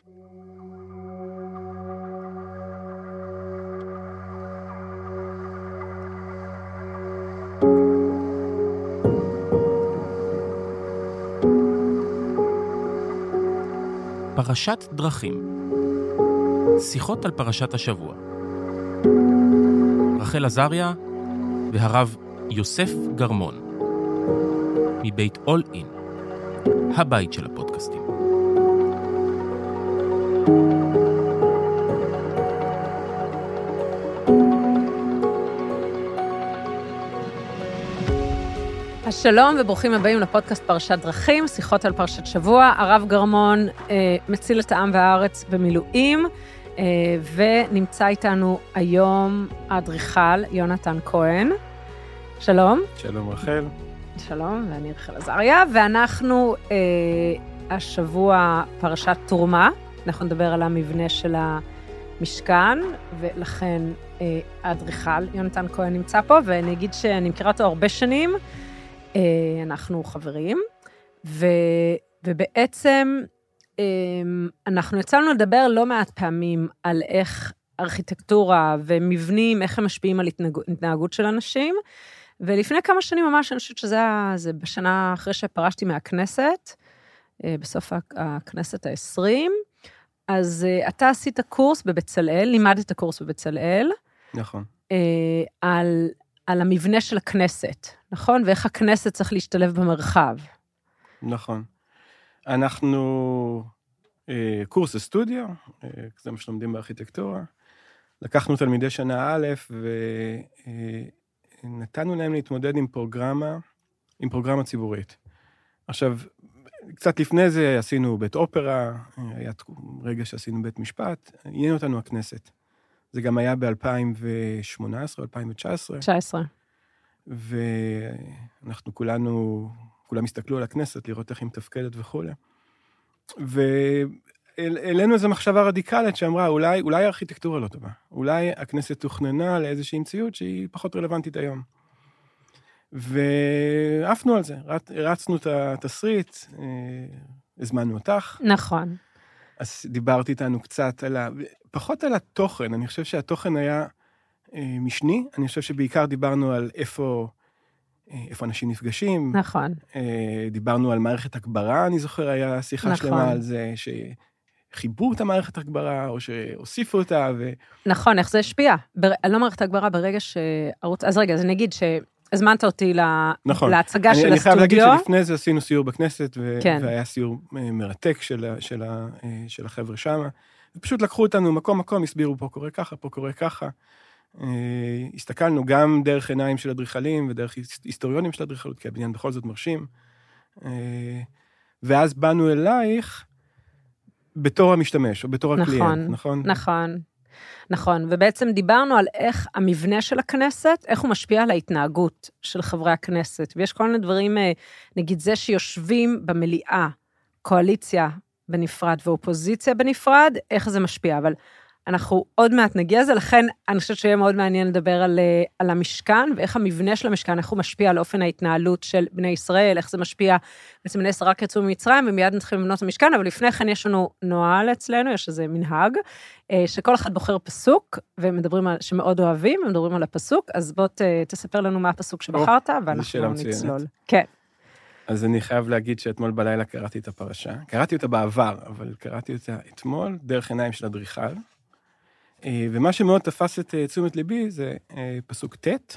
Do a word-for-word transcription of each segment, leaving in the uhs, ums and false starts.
פרשת דרכים. שיחות על פרשת השבוע. רחל עזריה והרב יוסף גרמון. מבית אול אין, הבית של הפודקאסטים. שלום וברוכים הבאים לפודקאסט פרשת דרכים, שיחות על פרשת שבוע. הרב גרמון אה, מציל את העם והארץ במילואים, אה, ונמצא איתנו היום האדריכל יונתן כהן. שלום. שלום רחל. שלום, ואני רחל עזריה, ואנחנו אה, השבוע פרשת תרומה. אנחנו נדבר על המבנה של המשכן, ולכן אה, האדריכל יונתן כהן נמצא פה, ואני אגיד שאני מכירה אותו הרבה שנים, אנחנו חברים, ו, ובעצם אנחנו יצאנו לדבר לא מעט פעמים על איך ארכיטקטורה ומבנים, איך הם משפיעים על התנהגות של אנשים, ולפני כמה שנים ממש אני חושבת שזה זה בשנה אחרי שפרשתי מהכנסת, בסוף הכנסת ה-עשרים, אז אתה עשית קורס בבצלאל, לימדת קורס בבצלאל, נכון. על... על המבנה של הכנסת, נכון? ואיך הכנסת צריך להשתלב במרחב. נכון. אנחנו אה, קורס הסטודיו, אה, זה מה שלומדים בארכיטקטורה, לקחנו תלמידי שנה א' ונתנו להם להתמודד עם פרוגרמה, עם פרוגרמה ציבורית. עכשיו, קצת לפני זה עשינו בית אופרה, היה רגע שעשינו בית משפט, עניין אותנו הכנסת. זה גם היה ב-אלפיים ושמונה עשרה, אלפיים ותשע עשרה. תשע עשרה. ואנחנו כולנו, כולם הסתכלו על הכנסת, לראות איך היא מתפקדת וכו'. ואלינו איזו מחשבה רדיקלית שאמרה, אולי, אולי הארכיטקטורה לא טובה. אולי הכנסת תוכננה לאיזושהי מציאות שהיא פחות רלוונטית היום. ועפנו על זה, רצנו את התסריט, הזמנו אותך. נכון. אז דיברת איתנו קצת על ה... פחות על התוכן, אני חושב שהתוכן היה אה, משני, אני חושב שבעיקר דיברנו על איפה, אה, איפה אנשים נפגשים. נכון. אה, דיברנו על מערכת הגברה, אני זוכר, היה שיחה נכון. שלמה על זה, שחיברו את המערכת הגברה, או שהוסיפו אותה, ו... נכון, איך זה השפיע? בר... לא מערכת הגברה ברגע שערוץ... אז רגע, אז אני אגיד ש... הזמנת אותי לה... נכון. להצגה אני, של אני הסטודיו. אני חייב להגיד שלפני זה עשינו סיור בכנסת, ו... כן. והיה סיור מרתק של, של, של החבר'ה שמה, ופשוט לקחו אותנו מקום מקום, הסבירו פה קורה ככה, פה קורה ככה. הסתכלנו גם דרך עיניים של אדריכלים, ודרך היסטוריונים של אדריכלות, כי הבניין בכל זאת מרשים. ואז באנו אלייך, בתור המשתמש, או בתור נכון, הקליינט, נכון? נכון. נכון, ובעצם דיברנו על איך המבנה של הכנסת, איך הוא משפיע על ההתנהגות של חברי הכנסת, ויש כל מיני דברים, נגיד זה שיושבים במליאה, קואליציה בנפרד ואופוזיציה בנפרד, איך זה משפיע, אבל אנחנו עוד מעט נגיע לזה, לכן אני חושבת שיהיה מאוד מעניין לדבר על, על המשכן, ואיך המבנה של המשכן, איך הוא משפיע על אופן ההתנהלות של בני ישראל, איך זה משפיע, בעצם בני ישראל רק יצאו ממצרים, ומיד נתחיל לבנות המשכן, אבל לפני כן יש לנו נוהל אצלנו, יש איזה מנהג, שכל אחד בוחר פסוק, ומדברים על, שמאוד אוהבים, ומדברים על הפסוק, אז בוא ת, תספר לנו מה הפסוק שבחרת, ואנחנו נצלול. כן. אז אני חייב להגיד שאתמול בלילה קראתי את הפרשה, קראתי אותה בעבר, אבל קראתי אותה אתמול, דרך עיניים של אדריכל, ומה שמאוד תפס את תשומת ליבי זה פסוק ט',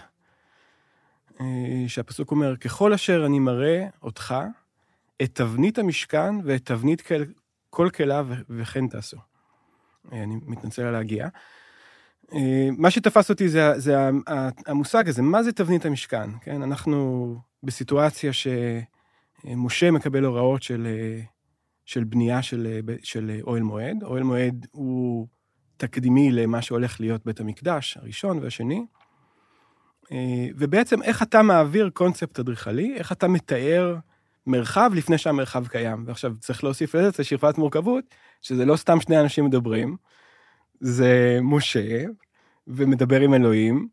שהפסוק אומר, ככל אשר אני מראה אותך, את תבנית המשכן ואת תבנית כל כלה וכן תעשו. אני מתנצל על להגיע. מה שתפס אותי זה, זה המושג הזה, מה זה תבנית המשכן? כן? אנחנו בסיטואציה שמשה מקבל הוראות של, של בנייה של, של אוהל מועד. אוהל מועד הוא תקדימי למה שהולך להיות בית המקדש, הראשון והשני. ובעצם איך אתה מעביר קונספט אדריכלי, איך אתה מתאר מרחב לפני שהמרחב קיים. ועכשיו צריך להוסיף לזה, זה שכבת מורכבות, שזה לא סתם שני אנשים מדברים, זה משה, ומדבר עם אלוהים,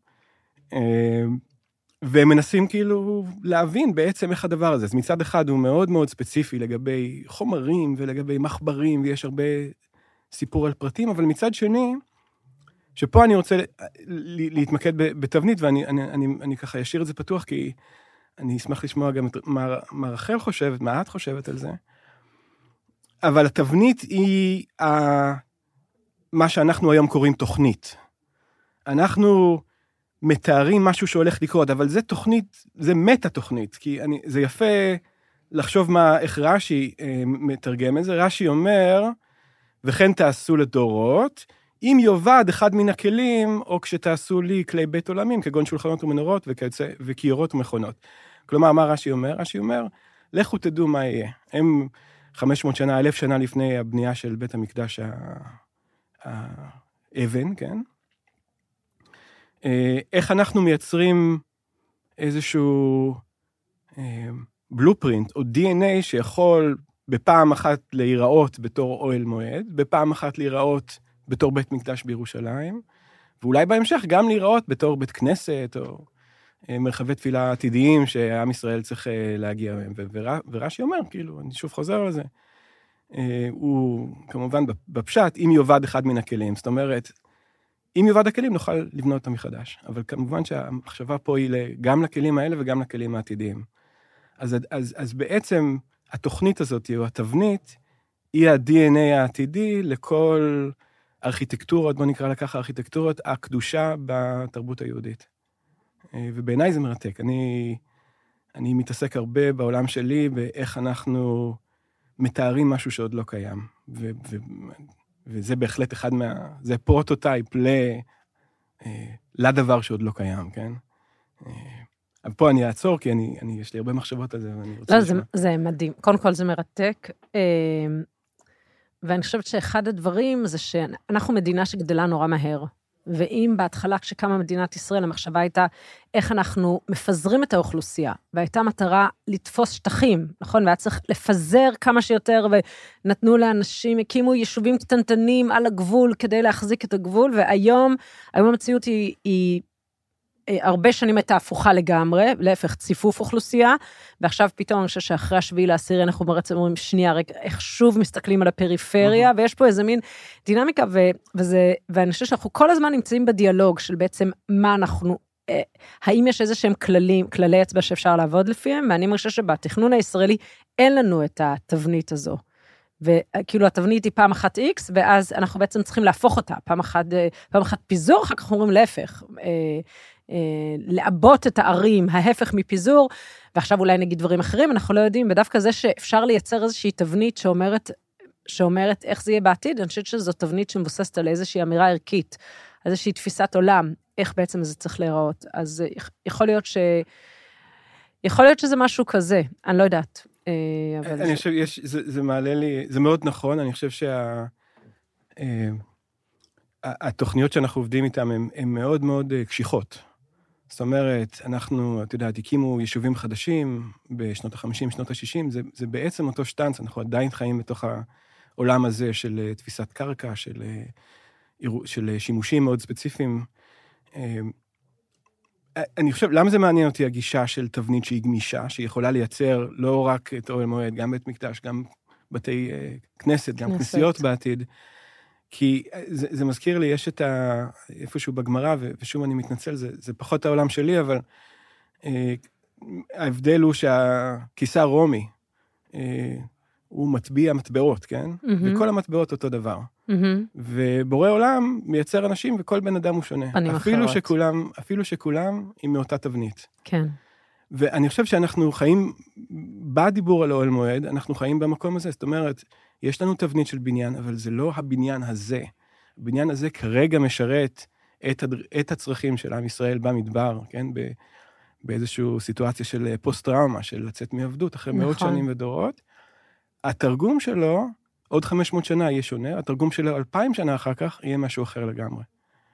והם מנסים כאילו להבין בעצם איך הדבר הזה. אז מצד אחד הוא מאוד מאוד ספציפי לגבי חומרים ולגבי מחברים, ויש הרבה סיפור על פרטים, אבל מצד שני, שפה אני רוצה להתמקד בתבנית, ואני אני, אני, אני ככה אשאיר את זה פתוח, כי אני אשמח לשמוע גם מה, מה רחל חושבת, מה את חושבת על זה. אבל התבנית היא ה, מה שאנחנו היום קוראים תוכנית. אנחנו מתארים משהו שהולך לקרות, אבל זה תוכנית, זה מטה תוכנית, כי אני, זה יפה לחשוב מה, איך רש"י אה, מתרגם את זה. רש"י אומר, וכן תעשו לדורות, אם יובד אחד מן הכלים, או כשתעשו לי כלי בית עולמים, כגון שולחנות ומנורות וכיורות ומכונות. כלומר, מה רש"י אומר? רש"י אומר, לכו תדעו מה יהיה. הם חמש מאות שנה, אלף שנה לפני הבנייה של בית המקדש האבן, כן? איך אנחנו מייצרים איזשהו בלופרינט, או די אן איי שיכול בפעם אחת להיראות בתור אוהל מועד, בפעם אחת להיראות בתור בית מקדש בירושלים, ואולי בהמשך גם להיראות בתור בית כנסת, או מרחבי תפילה עתידיים שעם ישראל צריך להגיע מהם. ורש"י אומר, כאילו, אני שוב חוזר על זה, הוא כמובן בפשט, אם יובד אחד מן הכלים, זאת אומרת, אם יובד הכלים נוכל לבנות אותם מחדש, אבל כמובן שהמחשבה פה היא גם לכלים האלה וגם לכלים העתידיים. אז, אז, אז בעצם התוכנית הזאת, או התבנית, היא ה-די אן איי העתידי לכל ארכיטקטורות, בוא נקרא לה ככה, ארכיטקטורות הקדושה בתרבות היהודית. ובעיניי זה מרתק. אני, אני מתעסק הרבה בעולם שלי, באיך אנחנו מתארים משהו שעוד לא קיים. ו, ו, וזה בהחלט אחד מה... זה פרוטוטייפ ל, לדבר שעוד לא קיים, כן? אבל פה אני אעצור, כי אני, אני, יש לי הרבה מחשבות על זה, ואני רוצה לא, לשמוע. זה, זה מדהים. קודם כל זה מרתק. ואני חושבת שאחד הדברים זה שאנחנו מדינה שגדלה נורא מהר. ואם בהתחלה כשקמה מדינת ישראל, המחשבה הייתה איך אנחנו מפזרים את האוכלוסייה, והייתה מטרה לתפוס שטחים, נכון? והיה צריך לפזר כמה שיותר, ונתנו לאנשים, הקימו יישובים קטנטנים על הגבול, כדי להחזיק את הגבול, והיום, היום המציאות היא, היא הרבה שנים הייתה הפוכה לגמרי, להפך, ציפוף אוכלוסייה, ועכשיו פתאום אני חושב שאחרי השביעי לעשירי, אנחנו בעצם אומרים, שנייה, רגע, איך שוב מסתכלים על הפריפריה, mm-hmm. ויש פה איזה מין דינמיקה, ו- וזה, ואני חושב שאנחנו כל הזמן נמצאים בדיאלוג, של בעצם מה אנחנו, אה, האם יש איזה שהם כללים, כללי אצבע שאפשר לעבוד לפיהם, ואני חושב שבתכנון הישראלי, אין לנו את התבנית הזו. וכאילו התבנית היא פעם אחת X, ואז אנחנו בעצם צריכים להפוך אותה, פעם אחת, פעם אחת פיזור, אחר כך אנחנו אומרים להפך, לעבות את הערים, ההפך מפיזור, ועכשיו אולי נגיד דברים אחרים, אנחנו לא יודעים, ודווקא זה שאפשר לייצר איזושהי תבנית שאומרת, שאומרת איך זה יהיה בעתיד, אני חושבת שזו תבנית שמבוססת על איזושהי אמירה ערכית, איזושהי תפיסת עולם, איך בעצם זה צריך להיראות, אז יכול להיות ש... יכול להיות שזה משהו כזה, אני לא יודעת. אני חושב, יש, זה, זה מעלה לי, זה מאוד נכון, אני חושב שה... התוכניות שאנחנו עובדים איתן הן מאוד מאוד קשיחות. זאת אומרת, אנחנו, אתה יודע, הקימו יישובים חדשים בשנות ה-חמישים, שנות ה-שישים, זה, זה בעצם אותו שטנץ, אנחנו עדיין חיים בתוך העולם הזה של תפיסת קרקע, של, של שימושים מאוד ספציפיים. אני חושב, למה זה מעניין אותי הגישה של תבנית שהיא גמישה, שהיא יכולה לייצר לא רק את אוהל מועד, גם בית מקדש, גם בתי כנסת, גם כנסיות בעתיד, כי זה, זה מזכיר לי, יש את ה... איפשהו בגמרא, ושוב אני מתנצל, זה, זה פחות העולם שלי, אבל אה, ההבדל הוא שהכיסא הרומי, אה, הוא מטביע מטבעות, כן? Mm-hmm. וכל המטבעות אותו דבר. Mm-hmm. ובורא עולם מייצר אנשים, וכל בן אדם הוא שונה. אפילו שכולם, אפילו שכולם עם מאותה תבנית. כן. ואני חושב שאנחנו חיים, בדיבור על אוהל מועד, אנחנו חיים במקום הזה, זאת אומרת, יש לנו תבנית של בניין, אבל זה לא הבניין הזה. הבניין הזה כרגע משרת את, הד... את הצרכים של עם ישראל במדבר, כן? ב... באיזושהי סיטואציה של פוסט-טראומה, של לצאת מעבדות אחרי נכון. מאות שנים ודורות. התרגום שלו, עוד חמש מאות שנה יהיה שונה, התרגום שלו אלפיים שנה אחר כך יהיה משהו אחר לגמרי.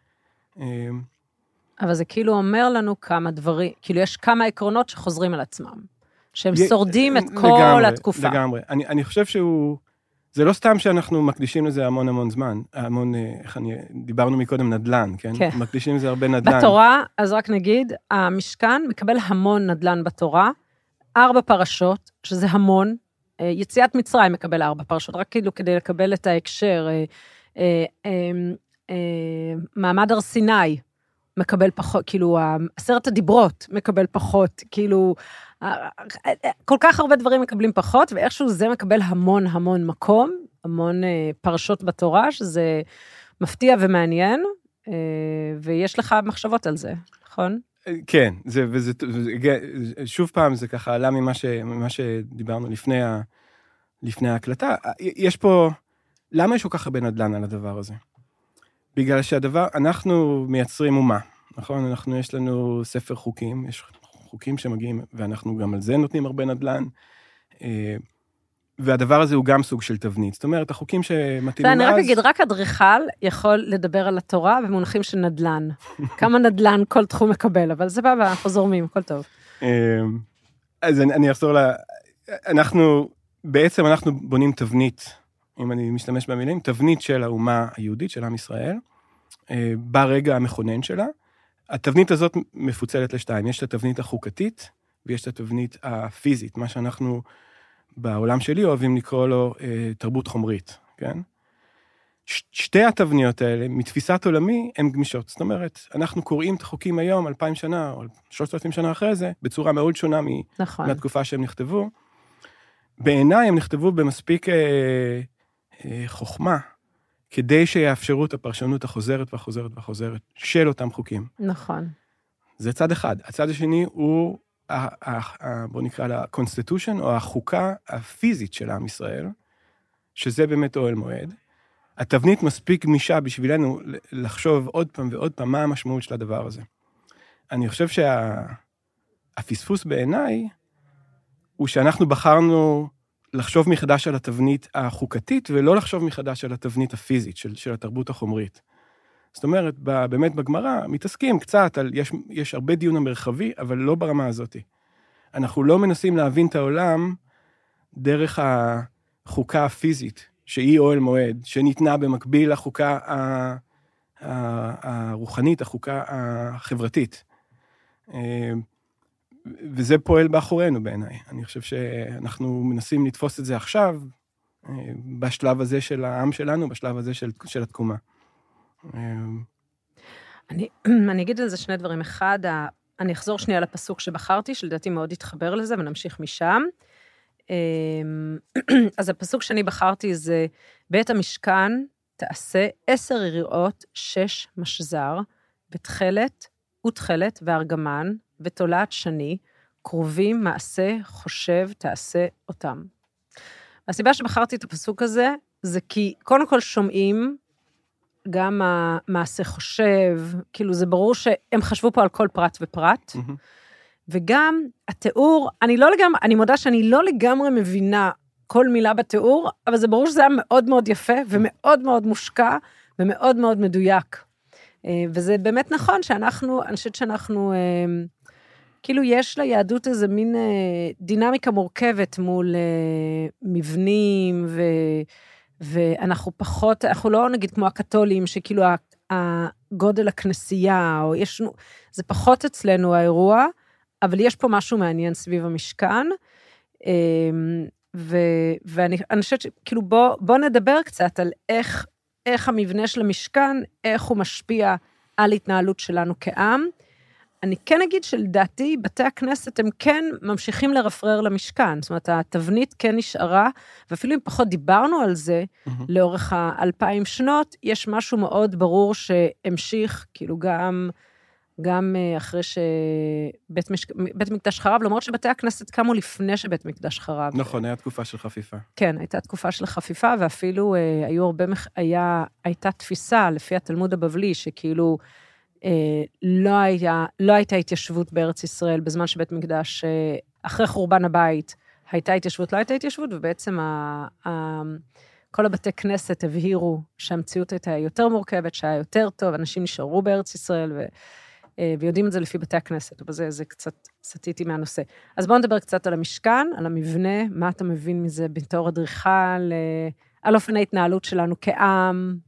אבל זה כאילו אומר לנו כמה דברים, כאילו יש כמה עקרונות שחוזרים על עצמם, שהם י... שורדים את כל לגמרי, התקופה. לגמרי. אני, אני חושב שהוא... זה לא סתם שאנחנו מקדישים לזה המון המון זמן, המון, איך אני, דיברנו מקודם נדלן, כן? כן. מקדישים לזה הרבה נדלן. בתורה, אז רק נגיד, המשכן מקבל המון נדלן בתורה, ארבע פרשות, שזה המון, יציאת מצרים מקבל ארבע פרשות, רק כאילו כדי לקבל את ההקשר, אה, אה, אה, מעמד הר סיני מקבל פחות, כאילו, עשרת הדיברות מקבל פחות, כאילו, כל כך הרבה דברים מקבלים פחות, ואיכשהו זה מקבל המון המון מקום, המון אה, פרשות בתורה, שזה מפתיע ומעניין, אה, ויש לך מחשבות על זה, נכון? כן, זה, וזה, וזה, שוב פעם, זה ככה עלה ממה, ש, ממה שדיברנו לפני, ה, לפני ההקלטה. יש פה, למה יש כל כך הרבה נדל"ן על הדבר הזה? בגלל שהדבר, אנחנו מייצרים אומה, נכון? אנחנו, יש לנו ספר חוקים, יש חוקים שמגיעים, ואנחנו גם על זה נותנים הרבה נדל"ן, והדבר הזה הוא גם סוג של תבנית. זאת אומרת, החוקים שמתאימים אז... ואני רק אגיד, רק אדריכל יכול לדבר על התורה במונחים של נדל"ן. כמה נדל"ן כל תחום מקבל, אבל זה בא, אנחנו זורמים, הכל טוב. אז אני, אני אחזור ל... אנחנו, בעצם אנחנו בונים תבנית, אם אני משתמש במילים, תבנית של האומה היהודית, של עם ישראל, ברגע המכונן שלה. התבנית הזאת מפוצלת לשתיים. יש את התבנית החוקתית, ויש את התבנית הפיזית, מה שאנחנו בעולם שלי אוהבים לקרוא לו תרבות חומרית, כן? שתי התבניות האלה, מתפיסת עולמי, הן גמישות. זאת אומרת, אנחנו קוראים את החוקים היום, אלפיים שנה, או שלושת אלפים שנה אחרי זה, בצורה מאוד שונה נכון. מהתקופה שהם נכתבו. בעיניי הם נכתבו במספיק אה, אה, חוכמה, כדי שיאפשרו את הפרשנות החוזרת והחוזרת והחוזרת של אותם חוקים. נכון. זה צד אחד. הצד השני הוא, בוא נקרא לה, קונסטיטושן, או החוקה הפיזית של עם ישראל, שזה באמת אוהל מועד. התבנית מספיק גמישה בשבילנו לחשוב עוד פעם ועוד פעם מה המשמעות של הדבר הזה. אני חושב שהפספוס בעיניי, הוא שאנחנו בחרנו לחשוב מחדש על התבנית החוקתית, ולא לחשוב מחדש על התבנית הפיזית של, של התרבות החומרית. זאת אומרת, באמת בגמרא, מתעסקים קצת על, יש, יש הרבה דיון המרחבי, אבל לא ברמה הזאת. אנחנו לא מנסים להבין את העולם דרך החוקה הפיזית, שהיא אוהל מועד, שניתנה במקביל לחוקה הרוחנית, החוקה החברתית. וזה פועל באחורינו בעיניי. אני חושב שאנחנו מנסים לתפוס את זה עכשיו, בשלב הזה של העם שלנו, בשלב הזה של, של התקומה. אני, אני אגיד על זה שני דברים. אחד, אני אחזור שנייה לפסוק שבחרתי, שלדעתי מאוד התחבר לזה, ונמשיך משם. אז הפסוק שאני בחרתי זה, בית המשכן תעשה עשר יריעות, שש משזר, בתחלת ותחלת וארגמן, ותולעת שני, קרובים מעשה חושב תעשה אותם. הסיבה שבחרתי את הפסוק הזה, זה כי קודם כל שומעים, גם המעשה חושב, כאילו זה ברור שהם חשבו פה על כל פרט ופרט, mm-hmm. וגם התיאור, אני לא לגמרי, אני מודה שאני לא לגמרי מבינה כל מילה בתיאור, אבל זה ברור שזה היה מאוד מאוד יפה, ומאוד מאוד מושקע, ומאוד מאוד מדויק. וזה באמת נכון שאנחנו, אני חושבת שאנחנו, כאילו יש ליהדות איזה מין דינמיקה מורכבת מול מבנים, ו... ואנחנו פחות, אנחנו לא נגיד כמו הקתולים, שכאילו הגודל הכנסייה, או יש, זה פחות אצלנו האירוע, אבל יש פה משהו מעניין סביב המשכן, ו, ואני אני חושבת שכאילו בוא, בוא נדבר קצת על איך, איך המבנה של המשכן, איך הוא משפיע על התנהלות שלנו כעם. אני כן אגיד שלדעתי, בתי הכנסת הם כן ממשיכים לרפרר למשכן, זאת אומרת, התבנית כן נשארה, ואפילו אם פחות דיברנו על זה, mm-hmm. לאורך האלפיים שנות, יש משהו מאוד ברור שהמשיך, כאילו גם, גם אחרי שבית משק... בית מקדש חרב, למרות שבתי הכנסת קמו לפני שבית מקדש חרב. נכון, הייתה תקופה של חפיפה. כן, הייתה תקופה של חפיפה, ואפילו היו הרבה, היה, הייתה תפיסה, לפי התלמוד הבבלי, שכאילו, לא היה, לא הייתה התיישבות בארץ ישראל, בזמן שבית מקדש, אחרי חורבן הבית, הייתה התיישבות, לא הייתה התיישבות, ובעצם ה, ה, כל הבתי כנסת הבהירו שהמציאות הייתה יותר מורכבת, שהיה יותר טוב, אנשים נשארו בארץ ישראל, ו, ויודעים את זה לפי בתי הכנסת, ובזה זה קצת סטיתי מהנושא. אז בואו נדבר קצת על המשכן, על המבנה, מה אתה מבין מזה בתור אדריכל, על אופן ההתנהלות שלנו כעם,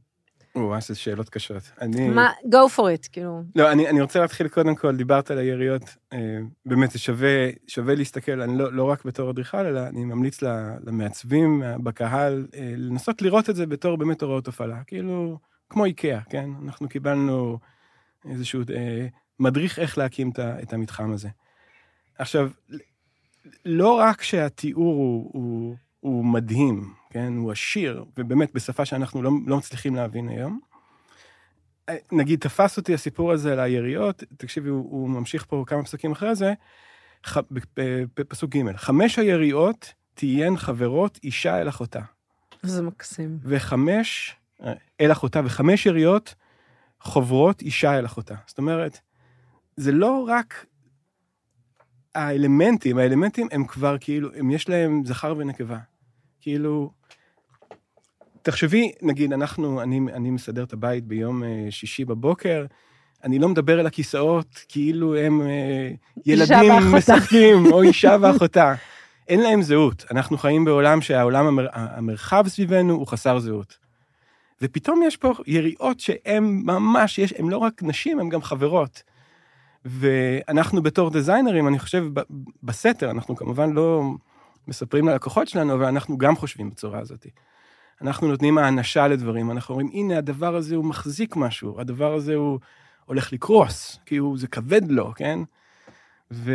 וואו, זה שאלות קשות. אני... מה, go for it, כאילו. לא, אני, אני רוצה להתחיל קודם כל, דיברת על היריות, אה, באמת זה שווה, שווה להסתכל, אני לא, לא רק בתור אדריכל, אלא אני ממליץ למעצבים בקהל, אה, לנסות לראות את זה בתור באמת הוראות הפעלה, כאילו, כמו איקאה, כן? אנחנו קיבלנו איזשהו אה, מדריך איך להקים את המתחם הזה. עכשיו, לא רק שהתיאור הוא, הוא, הוא מדהים, כן? הוא עשיר, ובאמת בשפה שאנחנו לא, לא מצליחים להבין היום, נגיד, תפס אותי הסיפור הזה על היריות, תקשיבי, הוא, הוא ממשיך פה כמה פסוקים אחרי זה, ח, בפסוק ג' חמש היריות תהיין חברות אישה אל אחותה. זה מקסים. וחמש, אל אחותה, וחמש יריות חוברות אישה אל אחותה. זאת אומרת, זה לא רק האלמנטים, האלמנטים הם כבר כאילו, הם יש להם זכר ונקבה. כאילו, תחשבי, נגיד, אנחנו, אני, אני מסדר את הבית ביום שישי בבוקר, אני לא מדבר על הכיסאות, כאילו הם ילדים משחקים, או אישה ואחותה. אין להם זהות. אנחנו חיים בעולם שהעולם, המר, המרחב סביבנו הוא חסר זהות. ופתאום יש פה יריעות שהן ממש, יש, הן לא רק נשים, הן גם חברות. ואנחנו בתור דיזיינרים, אני חושב, בסתר, אנחנו כמובן לא מספרים ללקוחות שלנו, אבל אנחנו גם חושבים בצורה הזאת. אנחנו נותנים האנשה לדברים, אנחנו אומרים, הנה, הדבר הזה הוא מחזיק משהו, הדבר הזה הוא הולך לקרוס, כי הוא, זה כבד לו, כן? ו,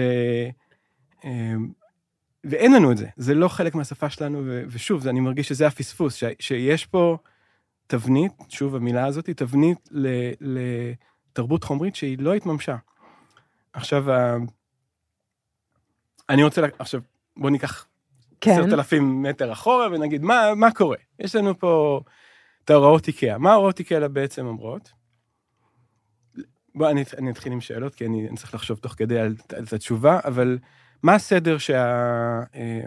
ואין לנו את זה, זה לא חלק מהשפה שלנו, ו, ושוב, זה, אני מרגיש שזה הפספוס, ש, שיש פה תבנית, שוב, המילה הזאת, היא תבנית ל, לתרבות חומרית שהיא לא התממשה. עכשיו, אני רוצה, לה, עכשיו, בוא ניקח עשרת אלפים מטר אחורה, ונגיד, מה, מה קורה? יש לנו פה את ההוראות איקאה. מה ההוראות איקאה בעצם אומרות? בוא, אני, אני אתחיל עם שאלות, כי אני, אני צריך לחשוב תוך כדי על, על את התשובה, אבל מה הסדר שה... אה,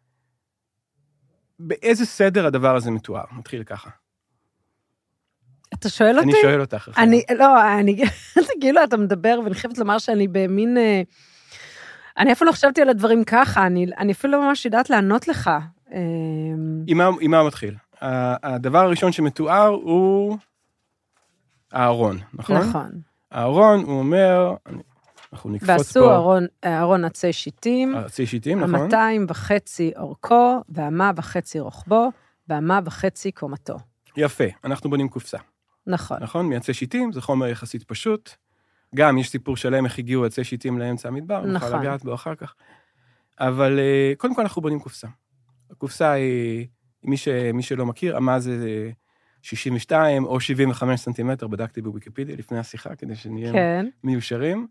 באיזה סדר הדבר הזה מתואר? נתחיל ככה. אתה שואל אותי? אני שואל אותך. אני, לא, אני, כאילו, אתה מדבר, ואני חייבת לומר שאני במין... אני אפילו לא חשבתי על הדברים ככה, אני, אני אפילו לא ממש יודעת לענות לך. עם מה, עם מה מתחיל? הדבר הראשון שמתואר הוא הארון, נכון? נכון. הארון, הוא אומר, אנחנו נקפוץ פה. ועשו ארון, ארון עצי שיטים. עצי שיטים, נכון. המאתיים וחצי אורכו, והמה וחצי רוחבו, והמה וחצי קומתו. יפה, אנחנו בונים קופסה. נכון. נכון, מעצי שיטים, זה חומר יחסית פשוט. גם יש סיפור שלם איך הגיעו עצי שיטים לאמצע המדבר, נכון. נוכל לגעת בו אחר כך. אבל קודם כל אנחנו בונים קופסה. הקופסה היא, מי, ש, מי שלא מכיר, המה זה שישים ושתיים או שבעים וחמישה סנטימטר, בדקתי בוויקיפדיה לפני השיחה, כדי שנהיה כן. מיושרים.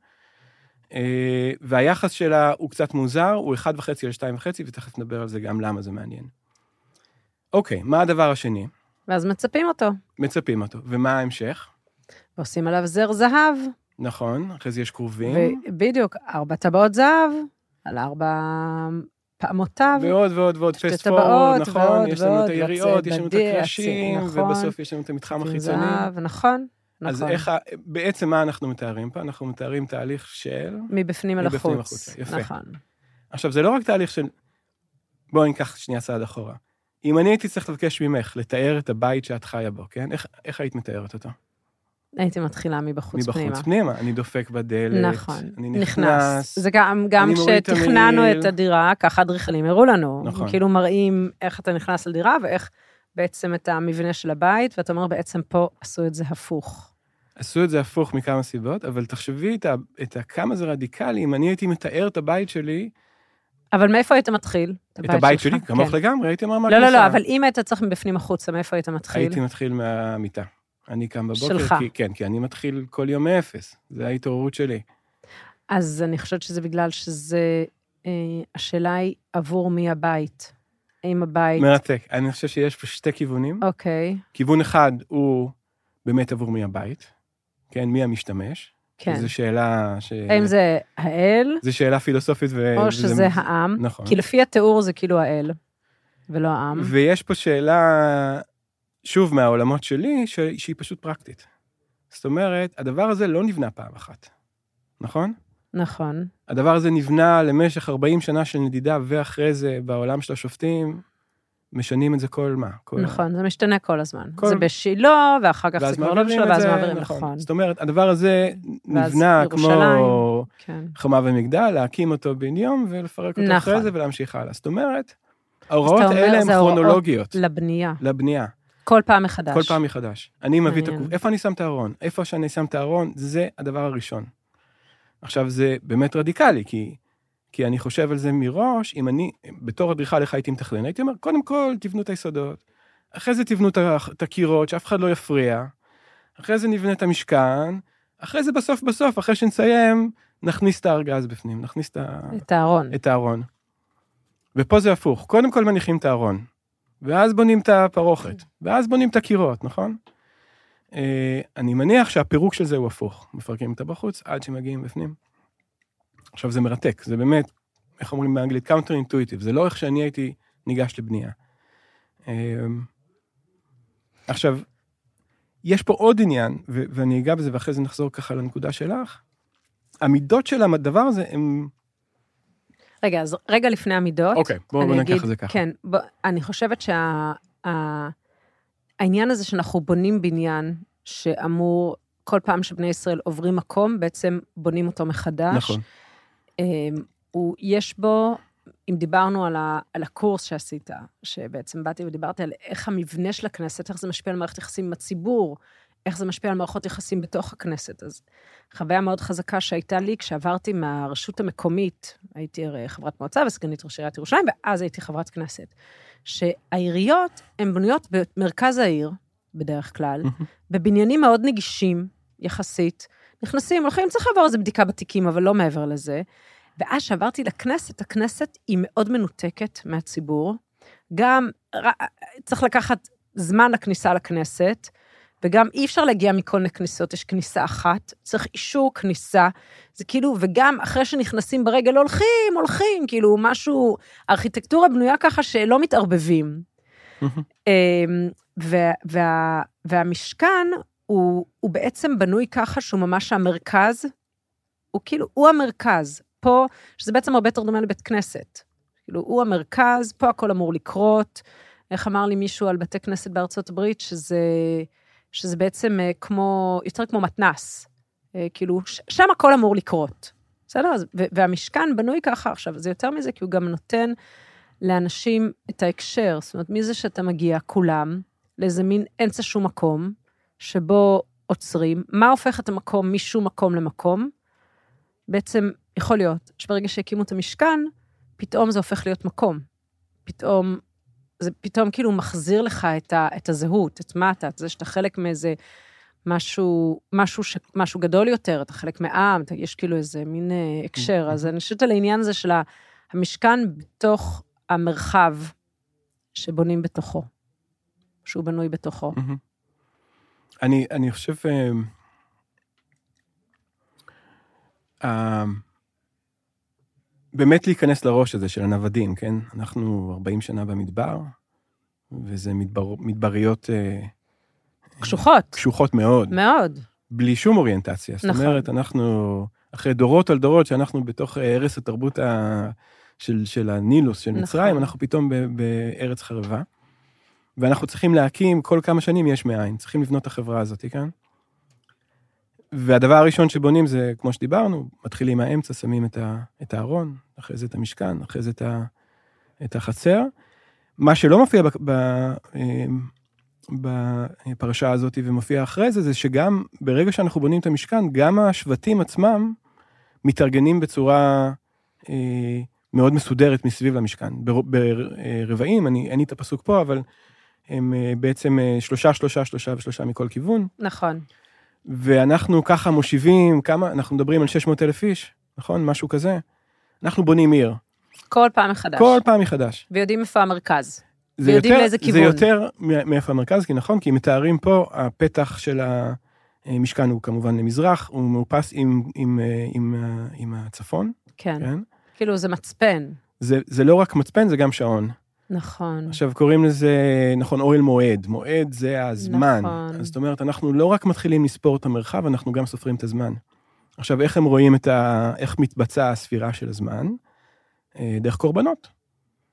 והיחס שלה הוא קצת מוזר, הוא אחד וחצי על שתיים וחצי, ותכף נדבר על זה גם למה זה מעניין. אוקיי, מה הדבר השני? ואז מצפים אותו. מצפים אותו. ומה ההמשך? ועושים עליו זר זהב. נכון, אחרי זה יש קרובים. בדיוק, ארבע טבעות זהב, על ארבע פעמותיו. ועוד ועוד ועוד פסט-פורוורד, נכון, יש לנו את היריות, יש לנו את הקרשים, ובסוף יש לנו את המתחם החיצוני. נכון. אז איך, בעצם מה אנחנו מתארים פה? אנחנו מתארים תהליך של... מבפנים אל החוץ. יפה. נכון. עכשיו, זה לא רק תהליך של... בואו ניקח שנייה צעד אחורה. אם אני הייתי צריך לבקש ממך לתאר את הבית שאת חיה בו, כן? איך, איך היית מתארת אותו? הייתי מתחילה מבחוץ פנימה. מבחוץ פנימה, אני דופק בדלת, נכון, אני נכנס. זה גם, גם שתכננו את הדירה, ככה אדריכלים הראו לנו. נכון. כאילו מראים איך אתה נכנס לדירה, ואיך בעצם את המבנה של הבית, ואתה אומר בעצם פה עשו את זה הפוך. עשו את זה הפוך מכמה סיבות, אבל תחשבי את, ה, את ה, כמה זה רדיקלי, אם אני הייתי מתאר את הבית שלי... אבל מאיפה היית מתחיל? את הבית שלי, כמוך לגמרי, הייתי אומר מה לא, לא, לא, אבל אם היית צריך מבפנים החוצה, מאיפה היית מתחיל? הייתי מתחיל מהמיטה. אני קם בבוקר, שלך. כי, כן, כי אני מתחיל כל יום מאפס, זה ההתעוררות שלי. אז אני חושבת שזה בגלל שזה, אה, השאלה היא עבור מי הבית. האם הבית... מרתק, אני חושב שיש פה שתי כיוונים. אוקיי. כיוון אחד הוא באמת עבור מי הבית, כן, מי המשתמש. כן. זו שאלה ש... האם זה האל? זו שאלה פילוסופית ו... או שזה וזה... העם. נכון. כי לפי התיאור זה כאילו האל, ולא העם. ויש פה שאלה... שוב, מהעולמות שלי, שהיא פשוט פרקטית. זאת אומרת, הדבר הזה לא נבנה פעם אחת. נכון? נכון. הדבר הזה נבנה למשך ארבעים שנה של נדידה, ואחרי זה, בעולם של השופטים, משנים את זה כל מה? כל נכון, ה... זה משתנה כל הזמן. כל... זה בשילה, ואחר כך זה כבר לא בשילה, ואז מעבירים, נכון. נכון. זאת אומרת, הדבר הזה נבנה כמו כן. חמה ומגדל, להקים אותו בן יום, ולפרק אותו נכון. אחרי זה, ולהמשיך הלאה. זאת אומרת, ההוראות האלה הן כרונולוגיות. לבנייה. לבנייה. כל פעם מחדש. כל פעם מחדש. אני מביא את הקוף, איפה אני שם את הארון? איפה שאני שם את הארון, זה הדבר הראשון. עכשיו, זה באמת רדיקלי, כי, כי אני חושב על זה מראש, אם אני, בתור אדריכל, איך הייתי מתכנן, הייתי אומר, קודם כל, תבנו את היסודות, אחרי זה תבנו את הקירות, שאף אחד לא יפריע, אחרי זה נבנה את המשכן, אחרי זה בסוף בסוף, אחרי שנסיים, נכניס את הארגז בפנים, נכניס את, את הארון. את הארון. ופה זה הפוך, קודם כל מניחים את הארון, ואז בונים את הפרוכת, ואז בונים את הקירות, נכון? אני מניח שהפירוק של זה הוא הפוך, מפרקים את הבחוץ עד שמגיעים בפנים. עכשיו זה מרתק, זה באמת, איך אומרים באנגלית, counter intuitive, זה לא איך שאני הייתי ניגש לבנייה. עכשיו, יש פה עוד עניין, ואני אגע בזה ואחרי זה נחזור ככה לנקודה שלך, המידות של הדבר הזה הם... רגע, אז רגע לפני המידות. אוקיי, בואו נקח את זה ככה. כן, בוא, אני חושבת שהעניין הזה שאנחנו בונים בניין, שאמור, כל פעם שבני ישראל עוברים מקום, בעצם בונים אותו מחדש. נכון. הוא, יש בו, אם דיברנו על, ה, על הקורס שעשית, שבעצם באתי ודיברתי על איך המבנה של הכנסת, איך זה משפיע על מערכת יחסים עם הציבור, איך זה משפיע על מערכות יחסים בתוך הכנסת. אז חוויה מאוד חזקה שהייתה לי, כשעברתי מהרשות המקומית, הייתי חברת מועצה וסגנית ראש עיריית ירושלים, ואז הייתי חברת כנסת, שהעיריות הן בנויות במרכז העיר, בדרך כלל, בבניינים מאוד נגישים, יחסית, נכנסים, הולכים, צריך לעבור איזו בדיקה בתיקים, אבל לא מעבר לזה, ואז שעברתי לכנסת, הכנסת היא מאוד מנותקת מהציבור, גם צריך לקחת זמן לכניסה לכנסת, וגם אי אפשר להגיע מכל מיני כניסות, יש כניסה אחת, צריך אישור כניסה, זה כאילו, וגם אחרי שנכנסים ברגל, הולכים, הולכים, כאילו משהו, הארכיטקטורה בנויה ככה שלא מתערבבים. וה, וה, והמשכן, הוא, הוא בעצם בנוי ככה שהוא ממש המרכז, הוא כאילו, הוא המרכז, פה, שזה בעצם הרבה יותר דומה לבית כנסת, כאילו, הוא המרכז, פה הכל אמור לקרות, איך אמר לי מישהו על בתי כנסת בארצות הברית, שזה, שזה בעצם כמו, יותר כמו מתנס, כאילו, שם הכל אמור לקרות, בסדר? והמשכן בנוי ככה עכשיו, זה יותר מזה, כי הוא גם נותן לאנשים את ההקשר, זאת אומרת, מי זה שאתה מגיע, כולם, לאיזה מין אמצע שום מקום, שבו עוצרים, מה הופך את המקום משום מקום למקום? בעצם יכול להיות שברגע שהקימו את המשכן, פתאום זה הופך להיות מקום. פתאום, זה פתאום כאילו מחזיר לך את, ה, את הזהות, את מה אתה, את זה שאתה חלק מאיזה משהו, משהו, ש, משהו גדול יותר, אתה חלק מעם, אתה, יש כאילו איזה מין הקשר, אז אני חושבת על העניין הזה של המשכן בתוך המרחב שבונים בתוכו, שהוא בנוי בתוכו. אני, אני חושב, uh, באמת להיכנס לראש הזה של הנוודים, כן? אנחנו ארבעים שנה במדבר, וזה מדבר, מדבריות... Uh, קשוחות. קשוחות מאוד. מאוד. בלי שום אוריינטציה. נכון. זאת אומרת, אנחנו, אחרי דורות על דורות, שאנחנו בתוך ארץ התרבות ה, של, של הנילוס, של מצרים, נכון. אנחנו פתאום ב, בארץ חרבה, ואנחנו צריכים להקים, כל כמה שנים יש מאין, צריכים לבנות את החברה הזאת, כן? והדבר הראשון שבונים זה, כמו שדיברנו, מתחילים מהאמצע, שמים את, ה, את הארון, אחרי זה את המשכן, אחרי זה את, ה, את החצר. מה שלא מופיע ב, ב, בפרשה הזאת ומופיע אחרי זה, זה שגם ברגע שאנחנו בונים את המשכן, גם השבטים עצמם מתארגנים בצורה אה, מאוד מסודרת מסביב למשכן. ברבעים, אני, אין לי את הפסוק פה, אבל הם בעצם שלושה, שלושה, שלושה ושלושה מכל כיוון. נכון. ואנחנו ככה מושיבים, כמה, אנחנו מדברים על שש מאות אלף איש, נכון? משהו כזה. אנחנו בונים עיר. כל פעם מחדש. כל פעם מחדש. ויודעים איפה המרכז. ויודעים לאיזה כיוון. זה יותר מאיפה המרכז, כי נכון, כי מתארים פה, הפתח של המשכן הוא כמובן למזרח, הוא מאופס עם, עם, עם, עם הצפון. כן. כן. כאילו זה מצפן. זה, זה לא רק מצפן, זה גם שעון. נכון. עכשיו קוראים לזה, נכון, אוהל מועד. מועד זה הזמן. נכון. אז זאת אומרת, אנחנו לא רק מתחילים לספור את המרחב, אנחנו גם סופרים את הזמן. עכשיו, איך הם רואים את ה... איך מתבצע הספירה של הזמן? דרך קורבנות.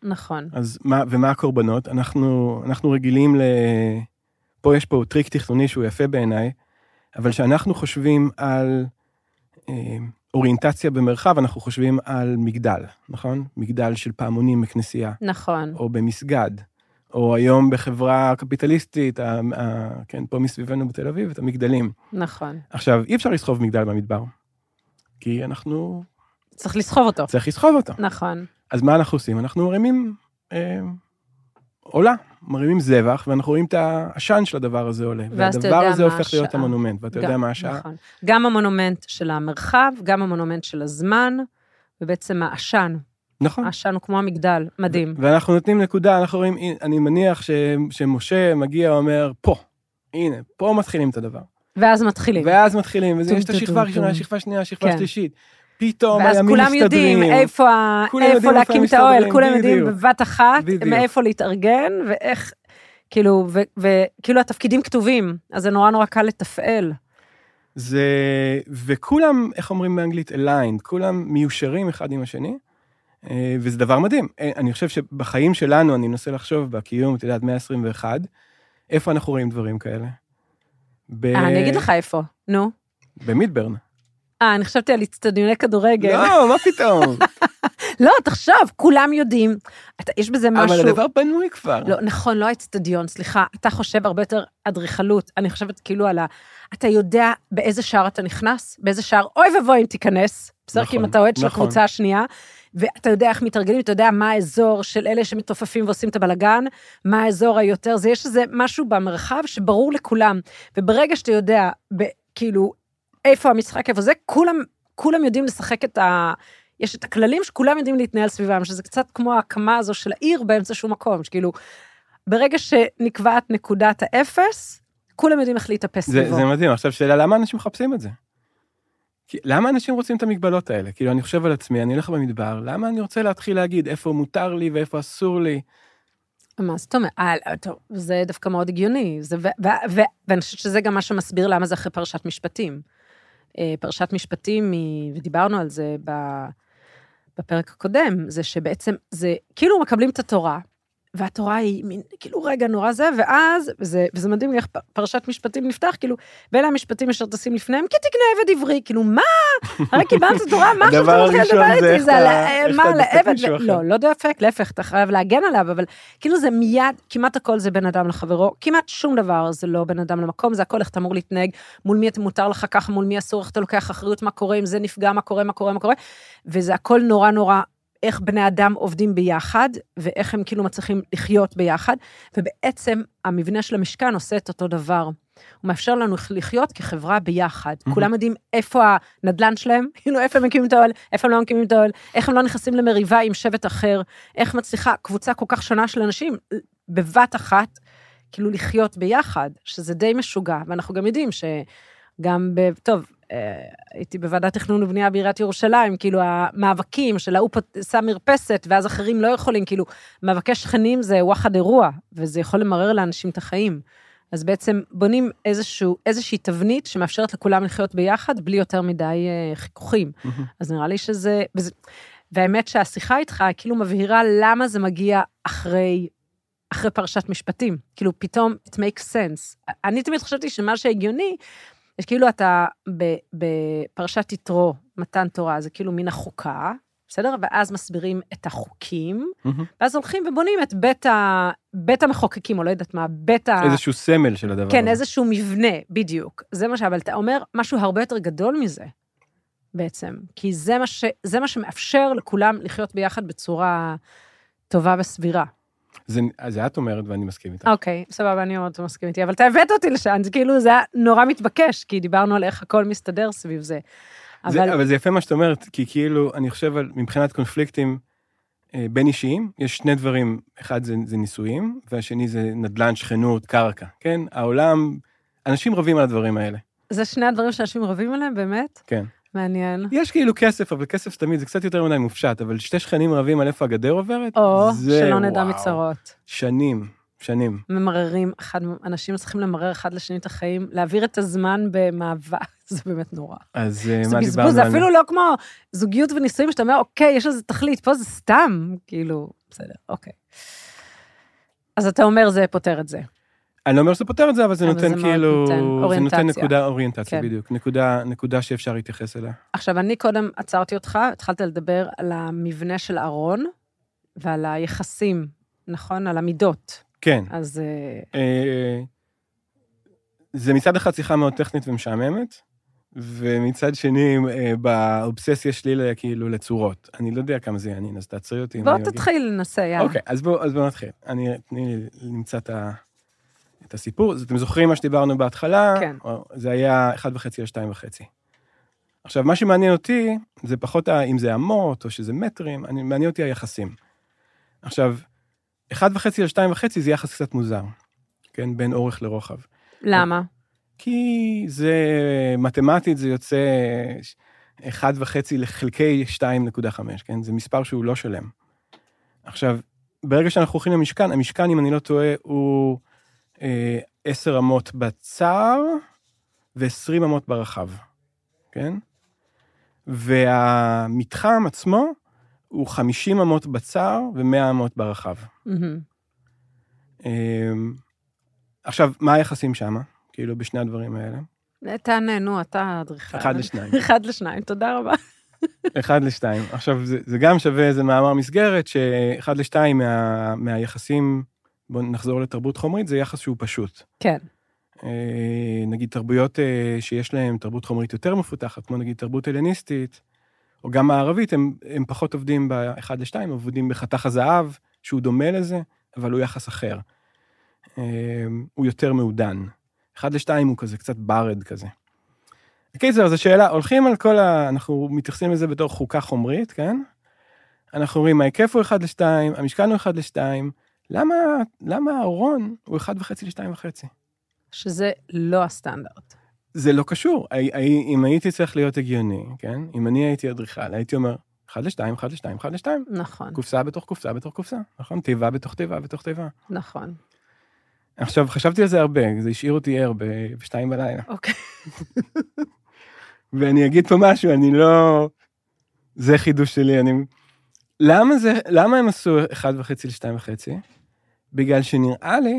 נכון. אז מה, ומה הקורבנות? אנחנו, אנחנו רגילים ל... פה יש פה טריק תכנוני שהוא יפה בעיניי, אבל שאנחנו חושבים על אה, אוריינטציה במרחב, אנחנו חושבים על מגדל, נכון? מגדל של פעמונים בכנסייה. נכון. או במסגד, או היום בחברה קפיטליסטית, ה, ה, כן, פה מסביבנו בתל אביב, את המגדלים. נכון. עכשיו, אי אפשר לסחוב מגדל במדבר, כי אנחנו... צריך לסחוב אותו. צריך לסחוב אותו. נכון. אז מה אנחנו עושים? אנחנו מרימים אה, עולה, מרימים זבח, ואנחנו רואים את העשן של הדבר הזה עולה. והדבר הזה הופך להיות המונומנט, ואתה יודע מה השעה. נכון. גם המונומנט של המרחב, גם המונומנט של הזמן, ובעצם העשן. נכון. העשן הוא כמו המגדל, מדהים. ואנחנו נותנים נקודה, אנחנו רואים, אני מניח ש, שמשה מגיע ואומר, פה, הנה, פה מתחילים את הדבר. ואז מתחילים. ואז מתחילים, ויש את השכבה הראשונה, השכבה השנייה, השכבה השלישית. פתאום הימים מסתדרים. ואז כולם יודעים איפה, איפה להקים את האוהל, כולם יודעים בבת אחת, מאיפה להתארגן, ואיך, כאילו, וכאילו התפקידים כתובים, אז זה נורא נורא קל לתפעל. זה, וכולם, איך אומרים באנגלית, aligned, כולם מיושרים אחד עם השני, וזה דבר מדהים. אני חושב שבחיים שלנו, אני מנסה לחשוב בקיום, אתה יודעת, מאה עשרים ואחת, איפה אנחנו רואים דברים כאלה? אני אגיד לך איפה, נו. במידברן. אה, אני חשבתי על אצטדיוני כדורגל. לא, מה פתאום? לא, תחשוב, כולם יודעים. יש בזה משהו... אבל הדבר בנוי כבר. לא, נכון, לא האצטדיון, סליחה. אתה חושב הרבה יותר אדריכלות. אני חושבת כאילו על ה... אתה יודע באיזה שער אתה נכנס? באיזה שער? אוי ובוי אם תיכנס. בסדר, כי אם אתה אוהד של הקבוצה השנייה, ואתה יודע איך מתארגנים, אתה יודע מה האזור של אלה שמתופפים ועושים את הבלגן, מה האזור היותר, זה יש איזה משהו במרחב שברור לכולם. וברגע שאתה יודע, כאילו, איפה המשחק, איפה זה, כולם, כולם יודעים לשחק את ה... יש את הכללים שכולם יודעים להתנהל סביבם, שזה קצת כמו ההקמה הזו של העיר באמצע שום מקום, שכאילו, ברגע שנקבעת נקודת האפס, כולם יודעים איך להתאפס סביבו. זה מדהים, עכשיו שאלה, למה אנשים מחפשים את זה? למה אנשים רוצים את המגבלות האלה? כאילו, אני חושב על עצמי, אני הולך במדבר, למה אני רוצה להתחיל להגיד איפה מותר לי ואיפה אסור לי? מה זאת אומרת? טוב, זה דווקא מאוד הגיוני, ואני חושבת שזה גם מה שמסביר למה זה אחרי פרשת משפטים. פרשת משפטים, ודיברנו על זה בפרק הקודם, זה שבעצם, זה כאילו מקבלים את התורה, והתורה היא מין, כאילו רגע נורא זה, ואז, וזה, וזה מדהים לי איך פרשת משפטים נפתח, כאילו, בין המשפטים אשר תשים לפניהם, כי תקנה עבד עברי, כאילו, מה? הרי קיבלת תורה, מה שאתה מתחיל לדבר איתי, זה מה, לעבד, לא, לא דפק, להפך, אתה חייב להגן עליו, אבל כאילו זה מיד, כמעט הכל זה בן אדם לחברו, כמעט שום דבר זה לא בן אדם למקום, זה הכל איך אתה אמור להתנהג, מול מי אתה מותר לך ככה, מול מי אסור, איך אתה לוקח אחריות, מה קורה, אם זה נפגע, מה קורה, מה קורה, מה קורה, וזה הכל נורא נורא איך בני אדם עובדים ביחד, ואיך הם כאילו מצליחים לחיות ביחד, ובעצם המבנה של המשכן עושה את אותו דבר. הוא מאפשר לנו לחיות כחברה ביחד. Mm-hmm. כולם יודעים איפה הנדלן שלהם, כאילו איפה הם מקימים את האוהל, איפה הם לא מקימים את האוהל, איך הם לא נכנסים למריבה עם שבט אחר, איך מצליחה קבוצה כל כך שונה של אנשים, בבת אחת, כאילו לחיות ביחד, שזה די משוגע, ואנחנו גם יודעים שגם, ב... טוב, הייתי בוועדת תכנון ובנייה בעיריית ירושלים, כאילו המאבקים של ההוא שם מרפסת, ואז אחרים לא יכולים, כאילו, מאבקי שכנים זה וואחד אירוע, וזה יכול למרר לאנשים את החיים. אז בעצם בונים איזשהו, איזושהי תבנית שמאפשרת לכולם לחיות ביחד, בלי יותר מדי חיכוכים. אז נראה לי שזה, וזה, והאמת שהשיחה איתך, כאילו מבהירה למה זה מגיע אחרי, אחרי פרשת משפטים. כאילו פתאום, it makes sense. אני תמיד חשבתי שמה שהגיוני, יש כאילו אתה בפרשת יתרו, מתן תורה, זה כאילו מן החוקה, בסדר? ואז מסבירים את החוקים, ואז הולכים ובונים את בית, ה... בית המחוקקים, או לא יודעת מה, בית ה... איזשהו סמל של הדבר. כן, איזשהו מבנה, בדיוק. זה מה אבל אתה אומר משהו הרבה יותר גדול מזה, בעצם. כי זה מה, ש... זה מה שמאפשר לכולם לחיות ביחד בצורה טובה וסבירה. זה, זה את אומרת, ואני מסכים איתך. אוקיי, סבבה, אני אומרת, מסכים איתי, אבל אתה הבאת אותי לשם, זה כאילו, זה היה נורא מתבקש, כי דיברנו על איך הכל מסתדר סביב זה. אבל... זה, אבל זה יפה מה שאת אומרת, כי כאילו, אני חושב על, מבחינת קונפליקטים אה, בין אישיים, יש שני דברים, אחד זה, זה נישואים, והשני זה נדל"ן, שכנות, קרקע, כן? העולם, אנשים רבים על הדברים האלה. זה שני הדברים שאנשים רבים עליהם, באמת? כן. מעניין. יש כאילו כסף, אבל כסף תמיד, זה קצת יותר מדי מופשט, אבל שתי שכנים רבים על איפה הגדר עוברת, או, זה, שלא נדע וואו, מצרות. שנים, שנים. ממררים, אחד, אנשים צריכים למרר אחד לשני את החיים, להעביר את הזמן במאבק, זה באמת נורא. אז זה מה בזבוז, דיברנו? זה אפילו לא כמו זוגיות ונישואים, שאתה אומר, אוקיי, יש לזה תכלית, פה זה סתם, כאילו, בסדר, אוקיי. אז אתה אומר, זה פותר את זה. אני לא אומר שזה פותר את זה, אבל זה אבל נותן זה מאוד כאילו, נותן זה אוריינטציה. נותן נקודה אוריינטציה, כן. בדיוק, נקודה, נקודה שאפשר להתייחס אליה. עכשיו, אני קודם עצרתי אותך, התחלת לדבר על המבנה של ארון, ועל היחסים, נכון? על המידות. כן. אז... אה, אה, זה מצד אחד שיחה מאוד טכנית ומשעממת, ומצד שני, אה, באובססיה שלי ל- כאילו לצורות. אני לא יודע כמה זה יעניין, אז תעצרי אותי. אם בוא אני אגיד. תתחיל, ננסה, יאללה. אוקיי, אז בואו אז בוא נתחיל. אני תני לי למצוא את ה... את הסיפור. אז אתם זוכרים מה שדיברנו בהתחלה? כן. או, זה היה אחד וחצי על שתיים וחצי. עכשיו, מה שמעניין אותי, זה פחות ה- אם זה אמות, או שזה מטרים, אני, מעניין אותי היחסים. עכשיו, אחד וחצי על שתיים וחצי זה יחס קצת מוזר, כן? בין אורך לרוחב. למה? כי זה, מתמטית זה יוצא אחד וחצי לחלקי שתיים נקודה חמש, כן? זה מספר שהוא לא שלם. עכשיו, ברגע שאנחנו הולכים למשכן, המשכן, אם אני לא טועה, הוא אה, עשר אמות בצר, ועשרים אמות ברחב, כן? והמתחם עצמו, הוא חמישים אמות בצר, ומאה אמות ברחב. מהמם. אה, עכשיו, מה היחסים שם? כאילו, בשני הדברים האלה? תענה, נו, אתה אדריכל. אחד לשניים. אחד לשניים, תודה רבה. אחד לשתיים. עכשיו, זה, זה גם שווה איזה מאמר מסגרת, שאחד לשתיים מה, מהיחסים, בואו נחזור לתרבות חומרית, זה יחס שהוא פשוט. כן. אה, נגיד תרבויות אה, שיש להן תרבות חומרית יותר מפותחת, כמו נגיד תרבות הלניסטית, או גם הערבית, הם, הם פחות עובדים באחד לשתיים, הם עובדים בחתך הזהב, שהוא דומה לזה, אבל הוא יחס אחר. אה, הוא יותר מעודן. אחד לשתיים הוא כזה, קצת ברד כזה. בקיצור, אז השאלה, הולכים על כל ה... אנחנו מתייחסים לזה בתור חוקה חומרית, כן? אנחנו רואים, ההיקף הוא אחד לשתיים, המשקל הוא אחד לשתיים, למה, למה הארון הוא אחד וחצי לשתיים וחצי? שזה לא הסטנדרט. זה לא קשור. אם הייתי צריך להיות הגיוני, כן? אם אני הייתי אדריכל, הייתי אומר, אחד לשתיים, אחד לשתיים, אחד לשתיים. נכון, קופסה בתוך קופסה בתוך קופסה, נכון? תיבה בתוך תיבה בתוך תיבה. נכון. עכשיו, חשבתי על זה הרבה, זה השאיר אותי ער ב- בשתיים בלילה. אוקיי. ואני אגיד פה משהו, אני לא... זה חידוש שלי, אני... למה זה, למה הם עשו אחד וחצי לשתיים וחצי? בגלל שנראה לי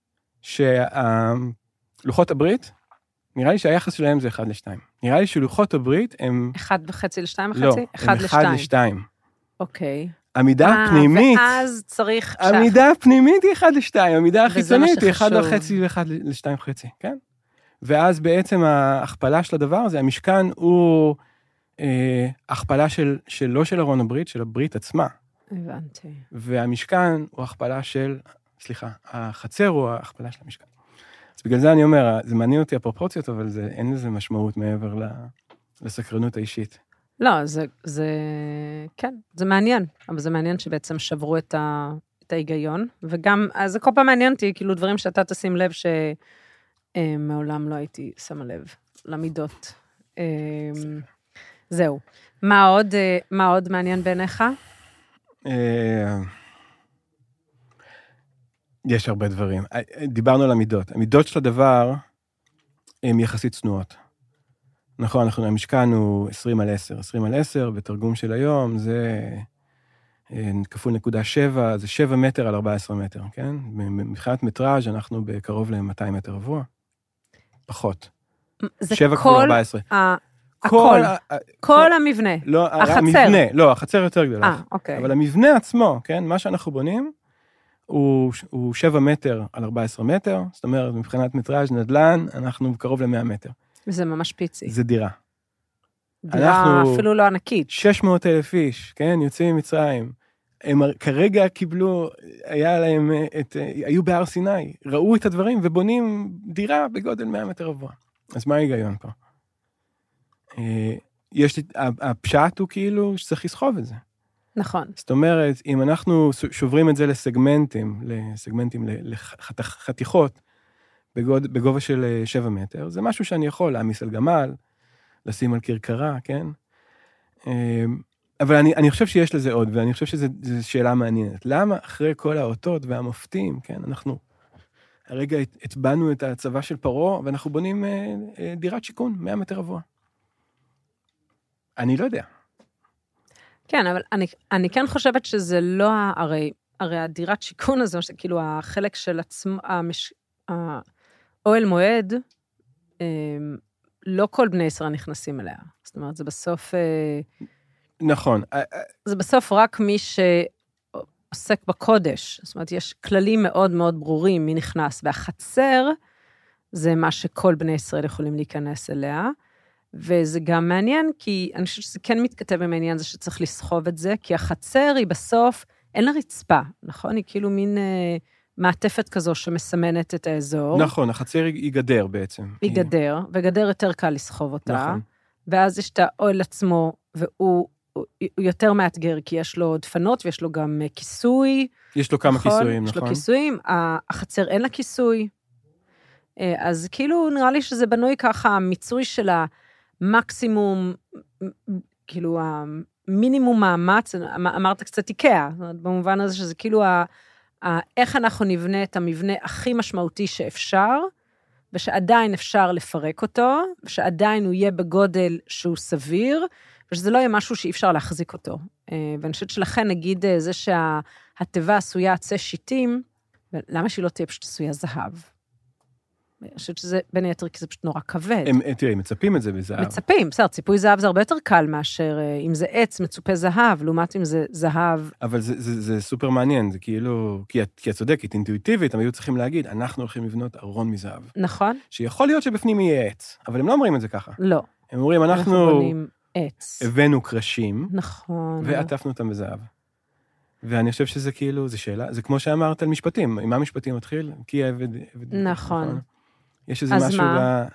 שלוחות הברית, נראה לי שהיחס שלהם זה אחד לשתיים. נראה לי שלוחות הברית הם... אחד וחצי לשתיים וחצי? לא, אחד הם אחד לשתיים. לשתיים. אוקיי. עמידה אה, פנימית, ואז צריך... עמידה פנימית היא אחד לשתיים, עמידה וזה מה החיצונית היא אחד שחשוב. וחצי לאחד לשתיים וחצי, כן? ואז בעצם ההכפלה של הדבר הזה, המשכן הוא אה, הכפלה של, של לא של ארון הברית, של הברית עצמה. הבנתי. והמשכן הוא הכפלה של, סליחה, החצר הוא ההכפלה של המשכן. אז בגלל זה אני אומר, זה מעניין אותי הפרופורציות, אבל זה, אין לזה משמעות מעבר לסקרנות האישית. לא, זה, זה, כן, זה מעניין, אבל זה מעניין שבעצם שברו את, ה, את ההיגיון, וגם, אז זה כל פעם מעניין אותי, כאילו דברים שאתה תשים לב שמעולם לא הייתי שמה לב למידות. זהו. מה עוד, מה עוד מעניין בעיניך? יש הרבה דברים. דיברנו על המידות. המידות של הדבר הן יחסית צנועות. נכון, אנחנו, המשכן הוא עשרים על עשר. עשרים על עשר, בתרגום של היום, זה כפול נקודה שבע, זה שבע מטר על ארבע עשרה מטר, כן? מבחינת מטראז' אנחנו בקרוב ל-מאתיים מטר רבוע. פחות. זה שבע כפול ארבע עשרה. ה... הכל, כל המבנה, לא, החצר. המבנה, לא, החצר יותר גדולה. אה, אוקיי. אבל המבנה עצמו, כן, מה שאנחנו בונים, הוא, הוא שבע מטר על ארבע עשרה מטר, זאת אומרת, מבחינת מטראז' נדל"ן, אנחנו קרוב ל-מאה מטר. זה ממש פיצי. זה דירה. דירה אנחנו- אפילו לא ענקית. שש מאות אלף איש, כן, יוצאים ממצרים. הם כרגע קיבלו, היה להם את, היו בהר סיני, ראו את הדברים ובונים דירה בגודל מאה מטר רבוע. אז מה ההיגיון פה? יש לי, הפשט הוא כאילו שצריך לסחוב את זה. נכון. זאת אומרת, אם אנחנו שוברים את זה לסגמנטים, לסגמנטים, לחתיכות, בגוד, בגובה של שבע מטר, זה משהו שאני יכול להעמיס על גמל, לשים על קרקרה, כן? אבל אני, אני חושב שיש לזה עוד, ואני חושב שזו שאלה מעניינת. למה אחרי כל האותות והמופתים, כן, אנחנו הרגע הטבענו את הצבא של פרעה, ואנחנו בונים דירת שיכון, מאה מטר רבוע. אני לא יודע. כן, אבל אני, אני כן חושבת שזה לא, הרי, הרי הדירת שיכון הזו, כאילו החלק של עצמו, המש, האוהל מועד, לא כל בני ישראל נכנסים אליה. זאת אומרת, זה בסוף... נכון. זה בסוף רק מי שעוסק בקודש. זאת אומרת, יש כללים מאוד מאוד ברורים מי נכנס, והחצר זה מה שכל בני ישראל יכולים להיכנס אליה, וזה גם מעניין, כי אני חושבת שזה כן מתכתב עם העניין הזה שצריך לסחוב את זה, כי החצר היא בסוף, אין לה רצפה, נכון? היא כאילו מין אה, מעטפת כזו שמסמנת את האזור. נכון, החצר היא גדר בעצם. היא היא... גדר, וגדר יותר קל לסחוב אותה. נכון. ואז יש את האוהל עצמו, והוא הוא, הוא יותר מאתגר, כי יש לו דפנות, ויש לו גם כיסוי. יש לו כמה נכון? כיסויים, יש נכון? לו כיסויים, החצר אין לה כיסוי. אז כאילו נראה לי שזה בנוי ככה, המיצוי של המקסימום, כאילו המינימום מאמץ, אמרת קצת איקאה, במובן הזה שזה כאילו, ה, ה, איך אנחנו נבנה את המבנה הכי משמעותי שאפשר, ושעדיין אפשר לפרק אותו, ושעדיין הוא יהיה בגודל שהוא סביר, ושזה לא יהיה משהו שאי אפשר להחזיק אותו. ואני חושבת שלכן נגיד זה שהטבע עשויה עצי שיטים, למה שהיא לא תהיה פשוט עשויה זהב? אני חושבת שזה, בין היתר, כי זה פשוט נורא כבד. הם, תראי, מצפים את זה בזהב. מצפים, בסדר, ציפוי זהב זה הרבה יותר קל מאשר, אם זה עץ, מצופה זהב, לעומת אם זה זהב. אבל זה, זה, זה סופר מעניין, זה כאילו, כי את, כי את צודקת, אינטואיטיבית, הם היו צריכים להגיד, אנחנו הולכים לבנות ארון מזהב. נכון. שיכול להיות שבפנים יהיה עץ, אבל הם לא אומרים את זה ככה. לא. הם אומרים, אנחנו, אנחנו בונים עץ. הבאנו קרשים, נכון. ועטפנו אותם בזהב. ואני חושב שזה כאילו, זה שאלה, זה כמו שאמרת על משפטים, עם מה משפטים מתחיל? כי העבד... נכון. נכון. יש איזה משהו... מה?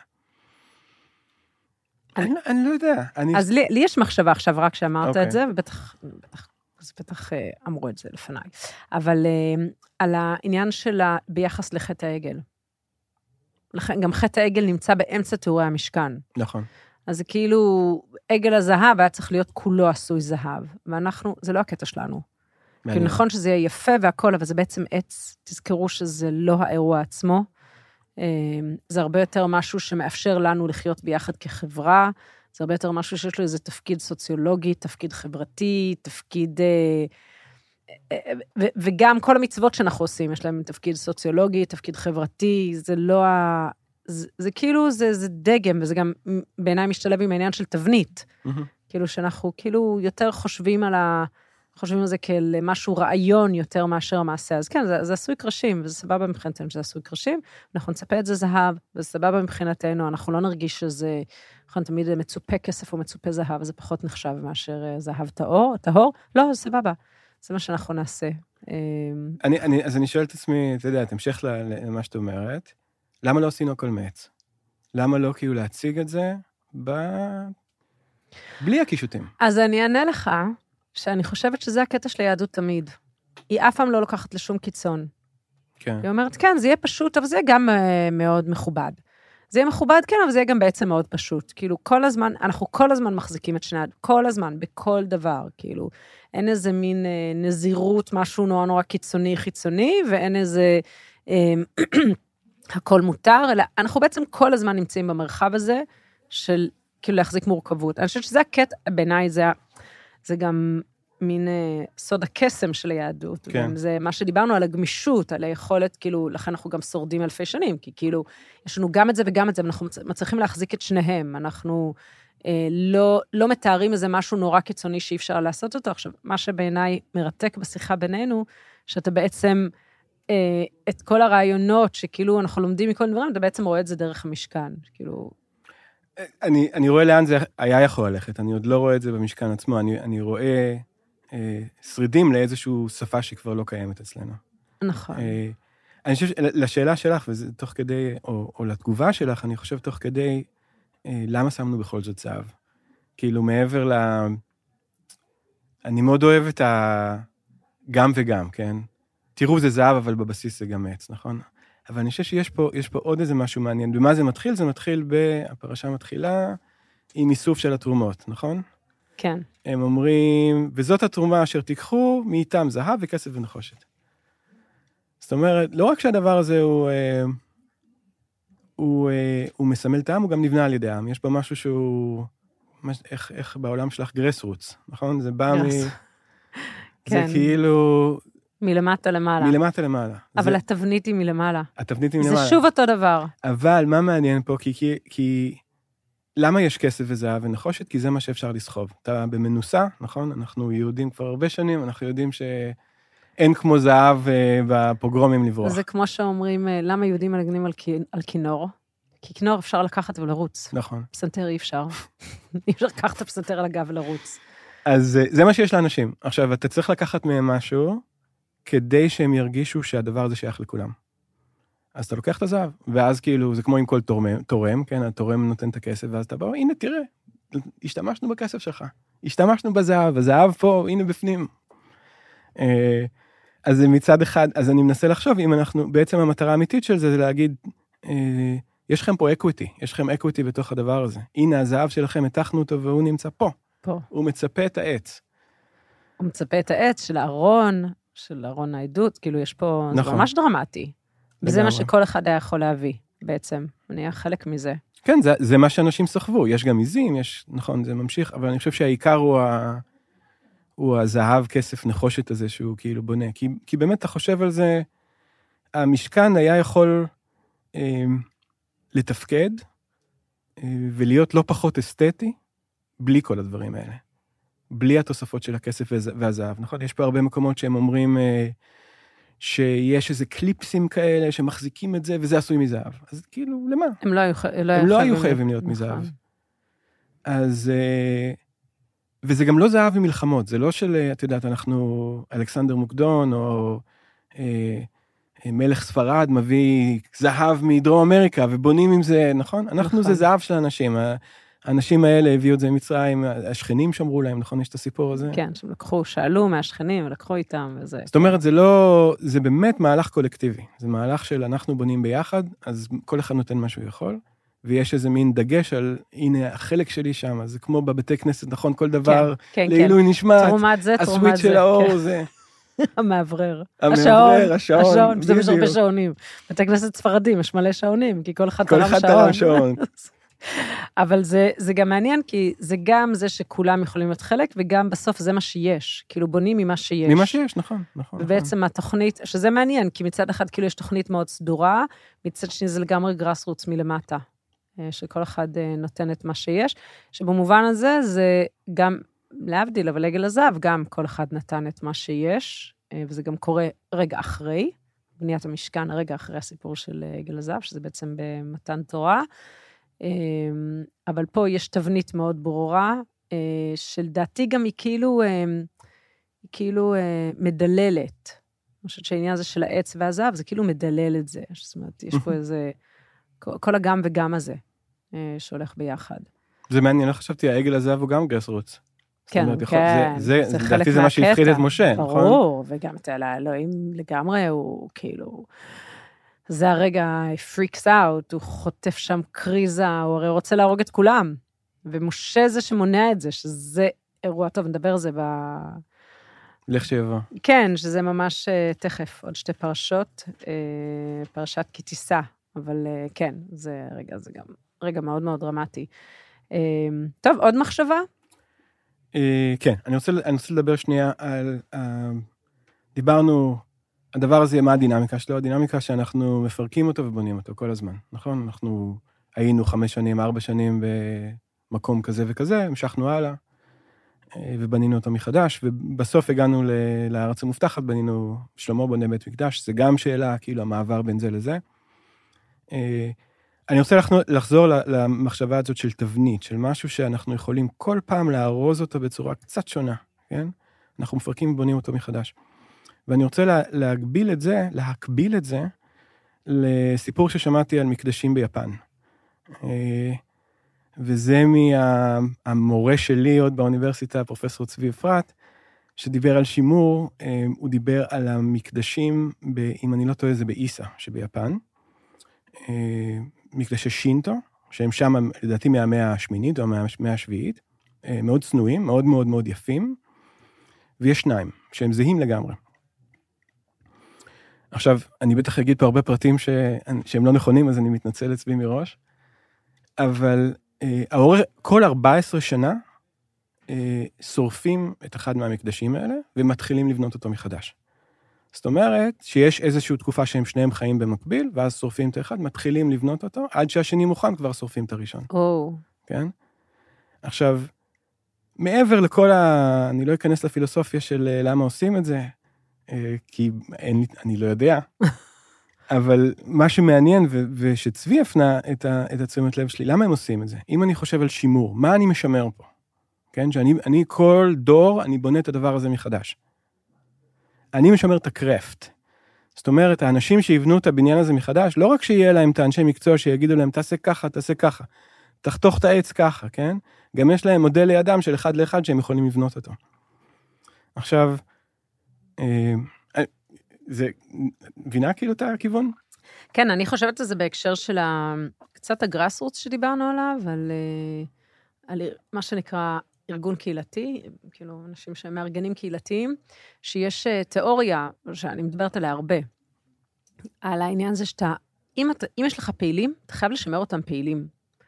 ב... אני, אני לא יודע. אני... אז לי, לי יש מחשבה עכשיו, רק שאמרת okay. את זה, ובטח, בטח, אז בטח אמרו את זה לפניי. אבל על העניין שלה ביחס לחטא העגל. לכן, גם חטא העגל נמצא באמצע תיאורי המשכן. נכון. אז זה כאילו, עגל הזהב היה צריך להיות כולו עשוי זהב, ואנחנו, זה לא הקטע שלנו. כי נכון שזה יהיה יפה והכל, אבל זה בעצם עץ, תזכרו שזה לא האירוע עצמו, זה הרבה יותר משהו שמאפשר לנו לחיות ביחד כחברה, זה הרבה יותר משהו שיש לו איזה תפקיד סוציולוגי, תפקיד חברתי, תפקיד, וגם כל המצוות שאנחנו עושים, יש להם תפקיד סוציולוגי, תפקיד חברתי, זה לא ה... זה, זה כאילו, זה, זה דגם, וזה גם בעיניי משתלב עם העניין של תבנית, כאילו שאנחנו כאילו יותר חושבים על ה... חושבים על זה כאל משהו רעיון יותר מאשר המעשה. אז כן, זה, זה עשוי קרשים, וזה סבבה מבחינתנו שזה עשוי קרשים, אנחנו נצפה את זה זהב, וזה סבבה מבחינתנו, אנחנו לא נרגיש שזה, נכון, תמיד מצופה כסף או מצופה זהב, זה פחות נחשב מאשר זהב טהור, טהור, לא, זה סבבה, זה מה שאנחנו נעשה. אני, אני, אז אני שואל את עצמי, אתה יודע, תמשך למה שאת אומרת, למה לא עשינו הכל מעץ? למה לא כאילו להציג את זה ב... בלי הקישוטים? אז אני אענה לך, שאני חושבת שזה הקטע של היהדות תמיד. היא אף פעם לא לוקחת לשום קיצון. כן. היא אומרת, כן, זה יהיה פשוט, אבל זה יהיה גם uh, מאוד מכובד. זה יהיה מכובד, כן, אבל זה יהיה גם בעצם מאוד פשוט. כאילו, כל הזמן, אנחנו כל הזמן מחזיקים את שני, כל הזמן, בכל דבר, כאילו, אין איזה מין uh, נזירות, משהו נורא נורא קיצוני, חיצוני, ואין איזה, uh, הכל מותר, אלא אנחנו בעצם כל הזמן נמצאים במרחב הזה, של כאילו להחזיק מורכבות. אני חושבת שזה הקטע, בעיניי זה זה גם מין סוד הקסם של היהדות. כן. זה מה שדיברנו על הגמישות, על היכולת, כאילו, לכן אנחנו גם שורדים אלפי שנים, כי כאילו, יש לנו גם את זה וגם את זה, ואנחנו מצליחים להחזיק את שניהם. אנחנו אה, לא, לא מתארים איזה משהו נורא קיצוני שאי אפשר לעשות אותו. עכשיו, מה שבעיניי מרתק בשיחה בינינו, שאתה בעצם, אה, את כל הרעיונות שכאילו אנחנו לומדים מכל דברים, אתה בעצם רואה את זה דרך המשכן, כאילו... אני, אני רואה לאן זה היה יכול ללכת, אני עוד לא רואה את זה במשכן עצמו, אני, אני רואה אה, שרידים לאיזושהי שפה שכבר לא קיימת אצלנו. נכון. אה, אני חושב, לשאלה שלך, וזה תוך כדי, או, או לתגובה שלך, אני חושב תוך כדי, אה, למה שמנו בכל זאת זהב? כאילו מעבר ל... אני מאוד אוהב את ה... גם וגם, כן? תראו, זה זהב, אבל בבסיס זה גם עץ, נכון? אבל אני חושב שיש פה, יש פה עוד איזה משהו מעניין. במה זה מתחיל? זה מתחיל ב... הפרשה מתחילה עם איסוף של התרומות, נכון? כן. הם אומרים, וזאת התרומה אשר תיקחו מאיתם זהב וכסף ונחושת. זאת אומרת, לא רק שהדבר הזה הוא, הוא, הוא מסמל טעם, הוא גם נבנה על ידי העם. יש בו משהו שהוא, איך, איך בעולם שלך גרס רוץ, נכון? זה בא מ... זה כאילו... מלמטה למעלה. מלמטה למעלה. אבל התבנית היא מלמעלה. התבנית היא מלמעלה. זה שוב אותו דבר. אבל מה מעניין פה? כי, כי, כי למה יש כסף וזהב ונחושת? כי זה מה שאפשר לסחוב. אתה במנוסה, נכון? אנחנו יהודים כבר הרבה שנים, אנחנו יודעים שאין כמו זהב בפוגרומים לברוח. זה כמו שאומרים, למה יהודים מנגנים על, על כינור? כי כינור אפשר לקחת ולרוץ. נכון. פסנתר אי אפשר. אי אפשר לקחת את הפסנתר על הגב ולרוץ. אז זה מה שיש לאנשים. עכשיו, אתה צריך לקחת מהם משהו, כדי שהם ירגישו שהדבר הזה שייך לכולם. אז אתה לוקח את הזהב, ואז כאילו, זה כמו עם כל תורם, תורם, כן, התורם נותן את הכסף, ואז אתה בא, הנה, תראה, השתמשנו בכסף שלך, השתמשנו בזהב, הזהב פה, הנה בפנים. אז זה מצד אחד, אז אני מנסה לחשוב, אם אנחנו, בעצם המטרה האמיתית של זה, זה להגיד, יש לכם פה אקוויטי, יש לכם אקוויטי בתוך הדבר הזה. הנה, הזהב שלכם, התחנו אותו, והוא נמצא פה. פה. הוא מצפה את העץ. הוא מצפה את העץ של הארון, של ארון העדות, כאילו יש פה, נכון. זה ממש דרמטי. וזה מה שכל אחד היה יכול להביא, בעצם. אני היה חלק מזה. כן, זה, זה מה שאנשים סחבו. יש גם עיזים, יש, נכון, זה ממשיך, אבל אני חושב שהעיקר הוא, ה, הוא הזהב, כסף, נחושת הזה, שהוא כאילו בונה. כי, כי באמת אתה חושב על זה, המשכן היה יכול אה, לתפקד, אה, ולהיות לא פחות אסתטי, בלי כל הדברים האלה. בלי התוספות של הכסף והזהב, נכון? יש פה הרבה מקומות שהם אומרים אה, שיש איזה קליפסים כאלה שמחזיקים את זה, וזה עשוי מזהב. אז כאילו, למה? הם לא היו, לא הם היו, לא היו חייבים להיות נכון. מזהב. אז, אה, וזה גם לא זהב ממלחמות, זה לא של, את יודעת, אנחנו, אלכסנדר מוקדון, או אה, מלך ספרד מביא זהב מדרום אמריקה, ובונים עם זה, נכון? אנחנו נכון. זה זהב של אנשים, האנשים האלה הביאו את זה ממצרים, השכנים שמרו להם, נכון? יש את הסיפור הזה? כן, שהם לקחו, שאלו מהשכנים, ולקחו איתם, וזה. זאת אומרת, זה לא, זה באמת מהלך קולקטיבי. זה מהלך של אנחנו בונים ביחד, אז כל אחד נותן מה שהוא יכול, ויש איזה מין דגש על, הנה, החלק שלי שם, זה כמו בבתי כנסת, נכון? כל דבר, כן, כן, לעילוי כן. נשמעת, תרומת זה, תרומת זה. הסוויט של האור, כן. זה. המעברר. המעברר, השעון. השעון, זה יש הרבה שעונים. בתי כנסת ספרדים, יש מלא שעונים, כי כל אחד כל אחד תרם שעון. אבל זה, זה גם מעניין, כי זה גם זה שכולם יכולים להיות חלק, וגם בסוף זה מה שיש. כאילו בונים ממה שיש. ממה שיש, נכון, נכון. ובעצם נכון. התוכנית, שזה מעניין, כי מצד אחד כאילו יש תוכנית מאוד סדורה, מצד שני זה לגמרי גרס רוץ מלמטה, שכל אחד נותן את מה שיש, שבמובן הזה זה גם, להבדיל, אבל עגל הזהב, גם כל אחד נתן את מה שיש, וזה גם קורה רגע אחרי, בניית המשכן, הרגע אחרי הסיפור של עגל הזהב, שזה בעצם במתן תורה, אבל פה יש תבנית מאוד ברורה, שלדעתי גם היא כאילו, היא כאילו מדללת. אני חושבת שהעניין הזה של העץ והזהב, זה כאילו מדלל את זה. זאת אומרת, יש פה איזה, כל הגם וגם הזה, שהולך ביחד. זה מעניין, אני חשבתי, העגל הזהב הוא גם גרס רוץ. כן, כן. זה, לדעתי זה מה שהפחיד את משה, נכון? ברור, וגם את האלוהים לגמרי, הוא כאילו... זה הרגע, פריקס אאוט, הוא חוטף שם קריזה, הוא הרי רוצה להרוג את כולם, ומשה זה שמונע את זה, שזה אירוע טוב, נדבר על זה ב... לך שיבוא. כן, שזה ממש תכף, עוד שתי פרשות, פרשת כי תישא, אבל כן, זה רגע, זה גם רגע מאוד מאוד דרמטי. טוב, עוד מחשבה? כן, אני רוצה, אני רוצה לדבר שנייה על, דיברנו, הדבר הזה, מה הדינמיקה שלו? הדינמיקה שאנחנו מפרקים אותו ובונים אותו כל הזמן, נכון? אנחנו היינו חמש שנים, ארבע שנים במקום כזה וכזה, המשכנו הלאה, ובנינו אותו מחדש, ובסוף הגענו לארץ המובטחת, בנינו שלמה בונה בית מקדש, זה גם שאלה, כאילו המעבר בין זה לזה. אני רוצה לחזור למחשבה הזאת של תבנית, של משהו שאנחנו יכולים כל פעם לארוז אותו בצורה קצת שונה, כן? אנחנו מפרקים ובונים אותו מחדש. ואני רוצה לה, להגביל את זה, להקביל את זה, לסיפור ששמעתי על מקדשים ביפן. וזה מהמורה שלי עוד באוניברסיטה, פרופסור צבי אפרת, שדיבר על שימור, הוא דיבר על המקדשים, ב, אם אני לא טועה, זה באיסה, שביפן. מקדשי שינטו, שהם שם, לדעתי, מהמאה השמינית או מהמאה השביעית, מאוד צנועים, מאוד מאוד מאוד יפים, ויש שניים, שהם זהים לגמרי. עכשיו, אני בטח אגיד פה הרבה פרטים ש... שהם לא נכונים, אז אני מתנצל אצבי מראש, אבל אה, האור... כל ארבע עשרה שנה, אה, שורפים את אחד מהמקדשים האלה, ומתחילים לבנות אותו מחדש. זאת אומרת, שיש איזושהי תקופה שהם שניהם חיים במקביל, ואז שורפים את האחד, מתחילים לבנות אותו, עד שהשני מוכן כבר שורפים את הראשון. או. כן? עכשיו, מעבר לכל ה... אני לא אכנס לפילוסופיה של למה עושים את זה, כי אין, אני לא יודע, אבל מה שמעניין, ו- ושצבי הפנה את, ה- את התשומת לב שלי, למה הם עושים את זה? אם אני חושב על שימור, מה אני משמר פה? כן? שאני אני כל דור, אני בונה את הדבר הזה מחדש. אני משמר את הקרפט. זאת אומרת, האנשים שיבנו את הבניין הזה מחדש, לא רק שיהיה להם את האנשי מקצוע שיגידו להם, תעשה ככה, תעשה ככה, תחתוך את העץ ככה, כן? גם יש להם מודל לידם של אחד לאחד שהם יכולים לבנות אותו. עכשיו, זה, מבינה כאילו את הכיוון? כן, אני חושבת שזה בהקשר של קצת הגראסרוץ שדיברנו עליו, על, על מה שנקרא ארגון קהילתי, כאילו אנשים שהם מארגנים קהילתיים, שיש תיאוריה, שאני מדברת עליה הרבה, על העניין זה שאתה, אם, אתה, אם יש לך פעילים, אתה חייב לשמר אותם פעילים.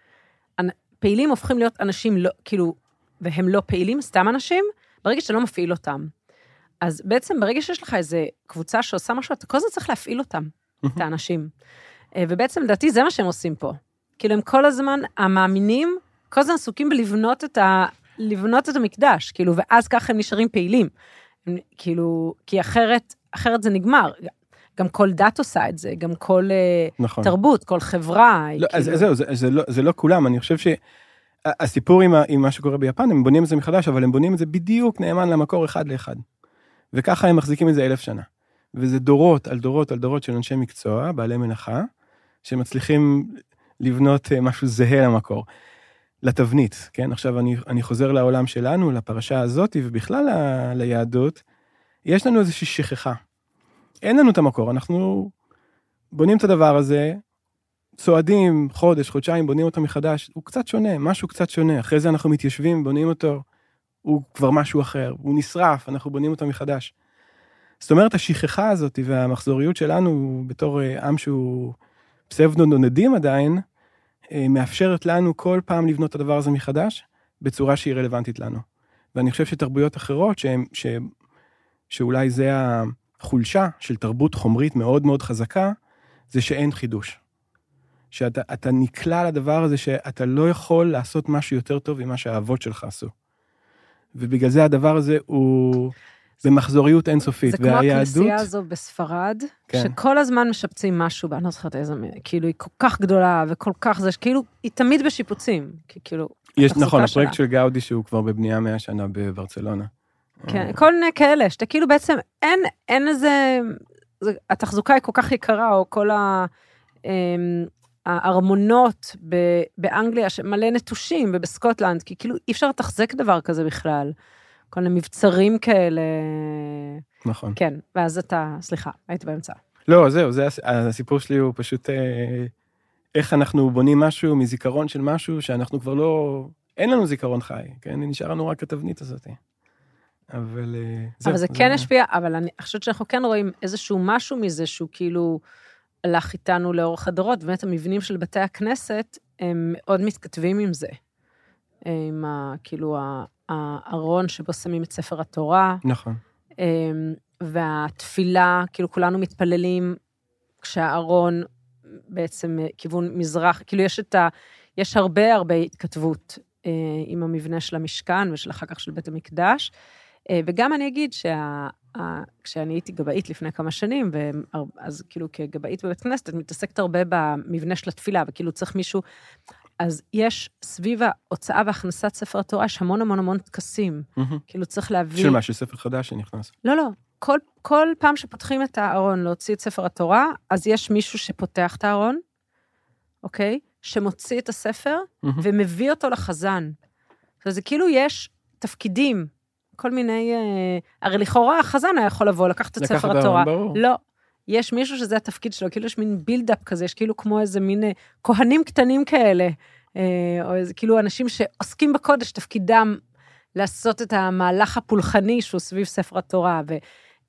פעילים הופכים להיות אנשים לא, כאילו, והם לא פעילים, סתם אנשים, ברגע שאתה לא מפעיל אותם. אז בעצם ברגע שיש לך איזו קבוצה שעושה משהו, אתה כל הזמן צריך להפעיל אותם, את האנשים. ובעצם, לדעתי, זה מה שהם עושים פה. כאילו, הם כל הזמן, המאמינים, כל הזמן עסוקים בלבנות את ה... לבנות את המקדש, כאילו, ואז ככה הם נשארים פעילים. הם, כאילו, כי אחרת, אחרת זה נגמר. גם כל דת עושה את זה, גם כל נכון. תרבות, כל חברה. לא, כאילו... אז זהו, זה, זה, לא, זה לא כולם, אני חושב שהסיפור עם, עם מה שקורה ביפן, הם בונים את זה מחדש, אבל הם בונים את זה בדיוק נאמן למקור אחד לאחד. וככה הם מחזיקים את זה אלף שנה. וזה דורות על דורות על דורות של אנשי מקצוע, בעלי מלאכה, שמצליחים לבנות משהו זהה למקור, לתבנית, כן? עכשיו אני, אני חוזר לעולם שלנו, לפרשה הזאת, ובכלל ל, ליהדות, יש לנו איזושהי שכחה. אין לנו את המקור, אנחנו בונים את הדבר הזה, צועדים חודש, חודשיים, בונים אותו מחדש, הוא קצת שונה, משהו קצת שונה, אחרי זה אנחנו מתיישבים, בונים אותו, הוא כבר משהו אחר, הוא נשרף, אנחנו בונים אותו מחדש. זאת אומרת, השכחה הזאת והמחזוריות שלנו, בתור עם שהוא פסבדו נודדים עדיין, מאפשרת לנו כל פעם לבנות את הדבר הזה מחדש, בצורה שהיא רלוונטית לנו. ואני חושב שתרבויות אחרות, ש... ש... שאולי זה החולשה של תרבות חומרית מאוד מאוד חזקה, זה שאין חידוש. שאתה אתה נקלע לדבר הזה, שאתה לא יכול לעשות משהו יותר טוב ממה שהאבות שלך עשו. ובגלל זה הדבר הזה הוא במחזוריות אינסופית. זה כמו הכנסייה הזו בספרד, כן. שכל הזמן משפצים משהו, ואני לא זוכרת איזה, כאילו היא כל כך גדולה, וכל כך זה, כאילו היא תמיד בשיפוצים, כאילו... יש, נכון, הפרויקט של גאודי שהוא כבר בבנייה מאה שנה בברצלונה. כן, כל מיני כאלה, שאתה כאילו בעצם, אין, אין איזה, התחזוקה היא כל כך יקרה, או כל ה... הארמונות באנגליה, שמלא נטושים, ובסקוטלנד, כי כאילו אי אפשר לתחזק דבר כזה בכלל. כל מיני מבצרים כאלה. נכון. כן, ואז אתה, סליחה, היית באמצע. לא, זהו, זה, הסיפור שלי הוא פשוט, אה, איך אנחנו בונים משהו מזיכרון של משהו, שאנחנו כבר לא, אין לנו זיכרון חי, כן? נשאר לנו רק התבנית הזאת. אבל אה, זהו. אבל זה כן השפיע, אבל אני חושבת שאנחנו כן רואים איזשהו משהו מזה, שהוא כאילו, הלך איתנו לאורך הדורות, באמת המבנים של בתי הכנסת, הם מאוד מתכתבים עם זה. עם ה, כאילו, הארון שבו שמים את ספר התורה. נכון. והתפילה, כאילו כולנו מתפללים, כשהארון בעצם כיוון מזרח, כאילו יש את ה, יש הרבה הרבה התכתבות עם המבנה של המשכן, ושל אחר כך של בית המקדש. וגם אני אגיד שה... כשאני הייתי גבאית לפני כמה שנים, אז כאילו כגבאית בבית כנסת, את מתעסקת הרבה במבנה של התפילה, וכאילו צריך מישהו, אז יש סביב ההוצאה והכנסת ספר התורה, יש המון המון המון תקסים, כאילו צריך להביא... של מה, של ספר חדש שנכנס? לא, לא, כל, כל פעם שפותחים את הארון להוציא את ספר התורה, אז יש מישהו שפותח את הארון, אוקיי? שמוציא את הספר, ומביא אותו לחזן. אז זה כאילו יש תפקידים, כל מיני, הרי לכאורה החזן היה יכול לבוא, לקחת את ספר התורה. לא, יש מישהו שזה התפקיד שלו, כאילו יש מין בילדאפ כזה, יש כאילו כמו איזה מין כהנים קטנים כאלה, או איזה כאילו אנשים שעוסקים בקודש, תפקידם לעשות את המהלך הפולחני שהוא סביב ספר התורה,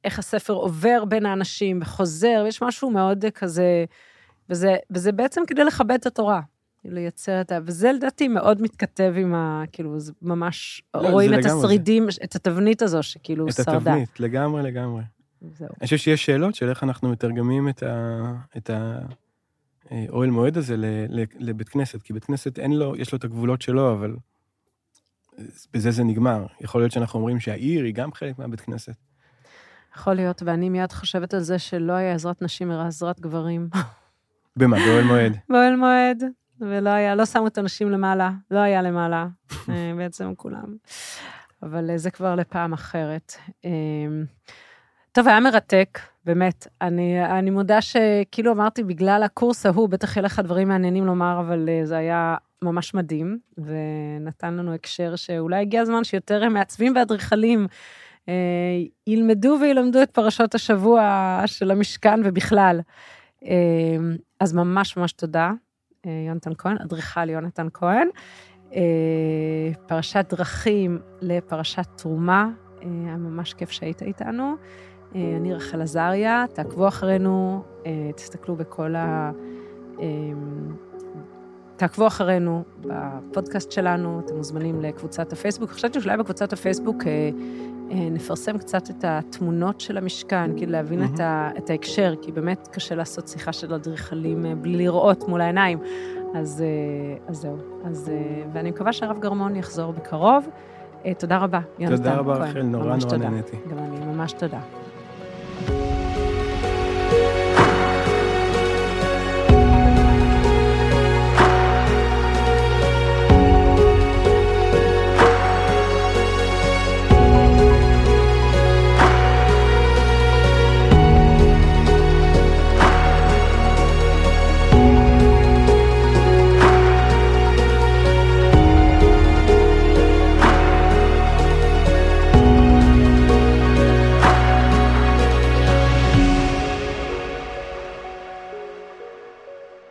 איך הספר עובר בין האנשים וחוזר, ויש משהו מאוד כזה, וזה, וזה בעצם כדי לכבד את התורה, לייצר את ה... וזה לדעתי מאוד מתכתב עם ה... כאילו, זה ממש, לא, רואים את השרידים, זה. את התבנית הזו שכאילו את שרדה. את התבנית, לגמרי, לגמרי. זהו. אני חושב שיש שאלות של איך אנחנו מתרגמים את ה... את ה... אוהל מועד הזה לבית כנסת, כי בית כנסת אין לו, יש לו את הגבולות שלו, אבל בזה זה נגמר. יכול להיות שאנחנו אומרים שהעיר היא גם חלק מהבית כנסת. יכול להיות, ואני מיד חושבת על זה שלא היה עזרת נשים, אלא עזרת גברים. במה? באוהל מועד? באוהל מועד, ולא היה, לא שמו את הנשים למעלה, לא היה למעלה, בעצם כולם. אבל זה כבר לפעם אחרת. טוב, היה מרתק, באמת. אני, אני מודה שכאילו אמרתי, בגלל הקורס ההוא, בטח יהיה לך דברים מעניינים לומר, אבל זה היה ממש מדהים, ונתן לנו הקשר שאולי הגיע הזמן שיותר מעצבים ואדריכלים אה, ילמדו וילמדו את פרשות השבוע של המשכן ובכלל. אה, אז ממש ממש תודה, אה, יונתן כהן, אדריכל יונתן כהן. אה, פרשת דרכים לפרשת תרומה, אה, היה ממש כיף שהיית איתנו. אני רחל עזריה, תעקבו אחרינו, תסתכלו בכל ה... תעקבו אחרינו בפודקאסט שלנו, אתם מוזמנים לקבוצת הפייסבוק. חשבתי שאולי בקבוצת הפייסבוק נפרסם קצת את התמונות של המשכן, כאילו להבין את, ה... את ההקשר, כי באמת קשה לעשות שיחה של אדריכלים בלי לראות מול העיניים. אז, אז זהו. אז, ואני מקווה שהרב גרמון יחזור בקרוב. תודה רבה, יונתן. תודה רבה, רחל, נורא נורא נהניתי. גם אני, ממש תודה.